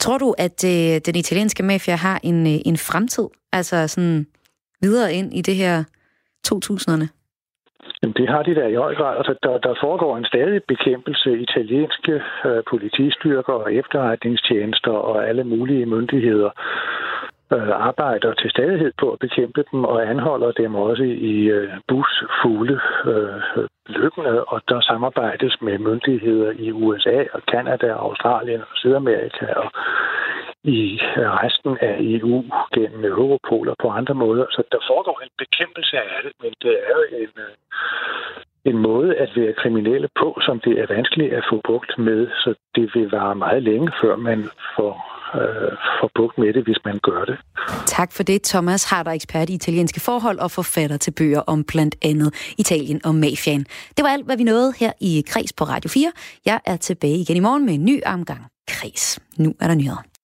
Tror du, at øh, den italienske mafia har en, øh, en fremtid? Altså sådan videre ind i det her to tusinderne? Jamen, det har de da i høj grad. Altså, der, der foregår en stadig bekæmpelse. Italienske øh, politistyrker og efterretningstjenester og alle mulige myndigheder øh, arbejder til stadighed på at bekæmpe dem og anholder dem også i øh, busfugle øh, løbende. Og der samarbejdes med myndigheder i U S A og Canada, Australien og Sydamerika og i resten af E U gennem Europol og på andre måder. Så der foregår en bekæmpelse af det, men det er jo en, en måde at være kriminelle på, som det er vanskeligt at få bugt med. Så det vil være meget længe, før man får, øh, får bugt med det, hvis man gør det. Tak for det, Thomas Harder, ekspert i italienske forhold og forfatter til bøger om blandt andet Italien og mafiaen. Det var alt, hvad vi nåede her i Kres på Radio fire. Jeg er tilbage igen i morgen med en ny omgang Kres. Nu er der nyheder.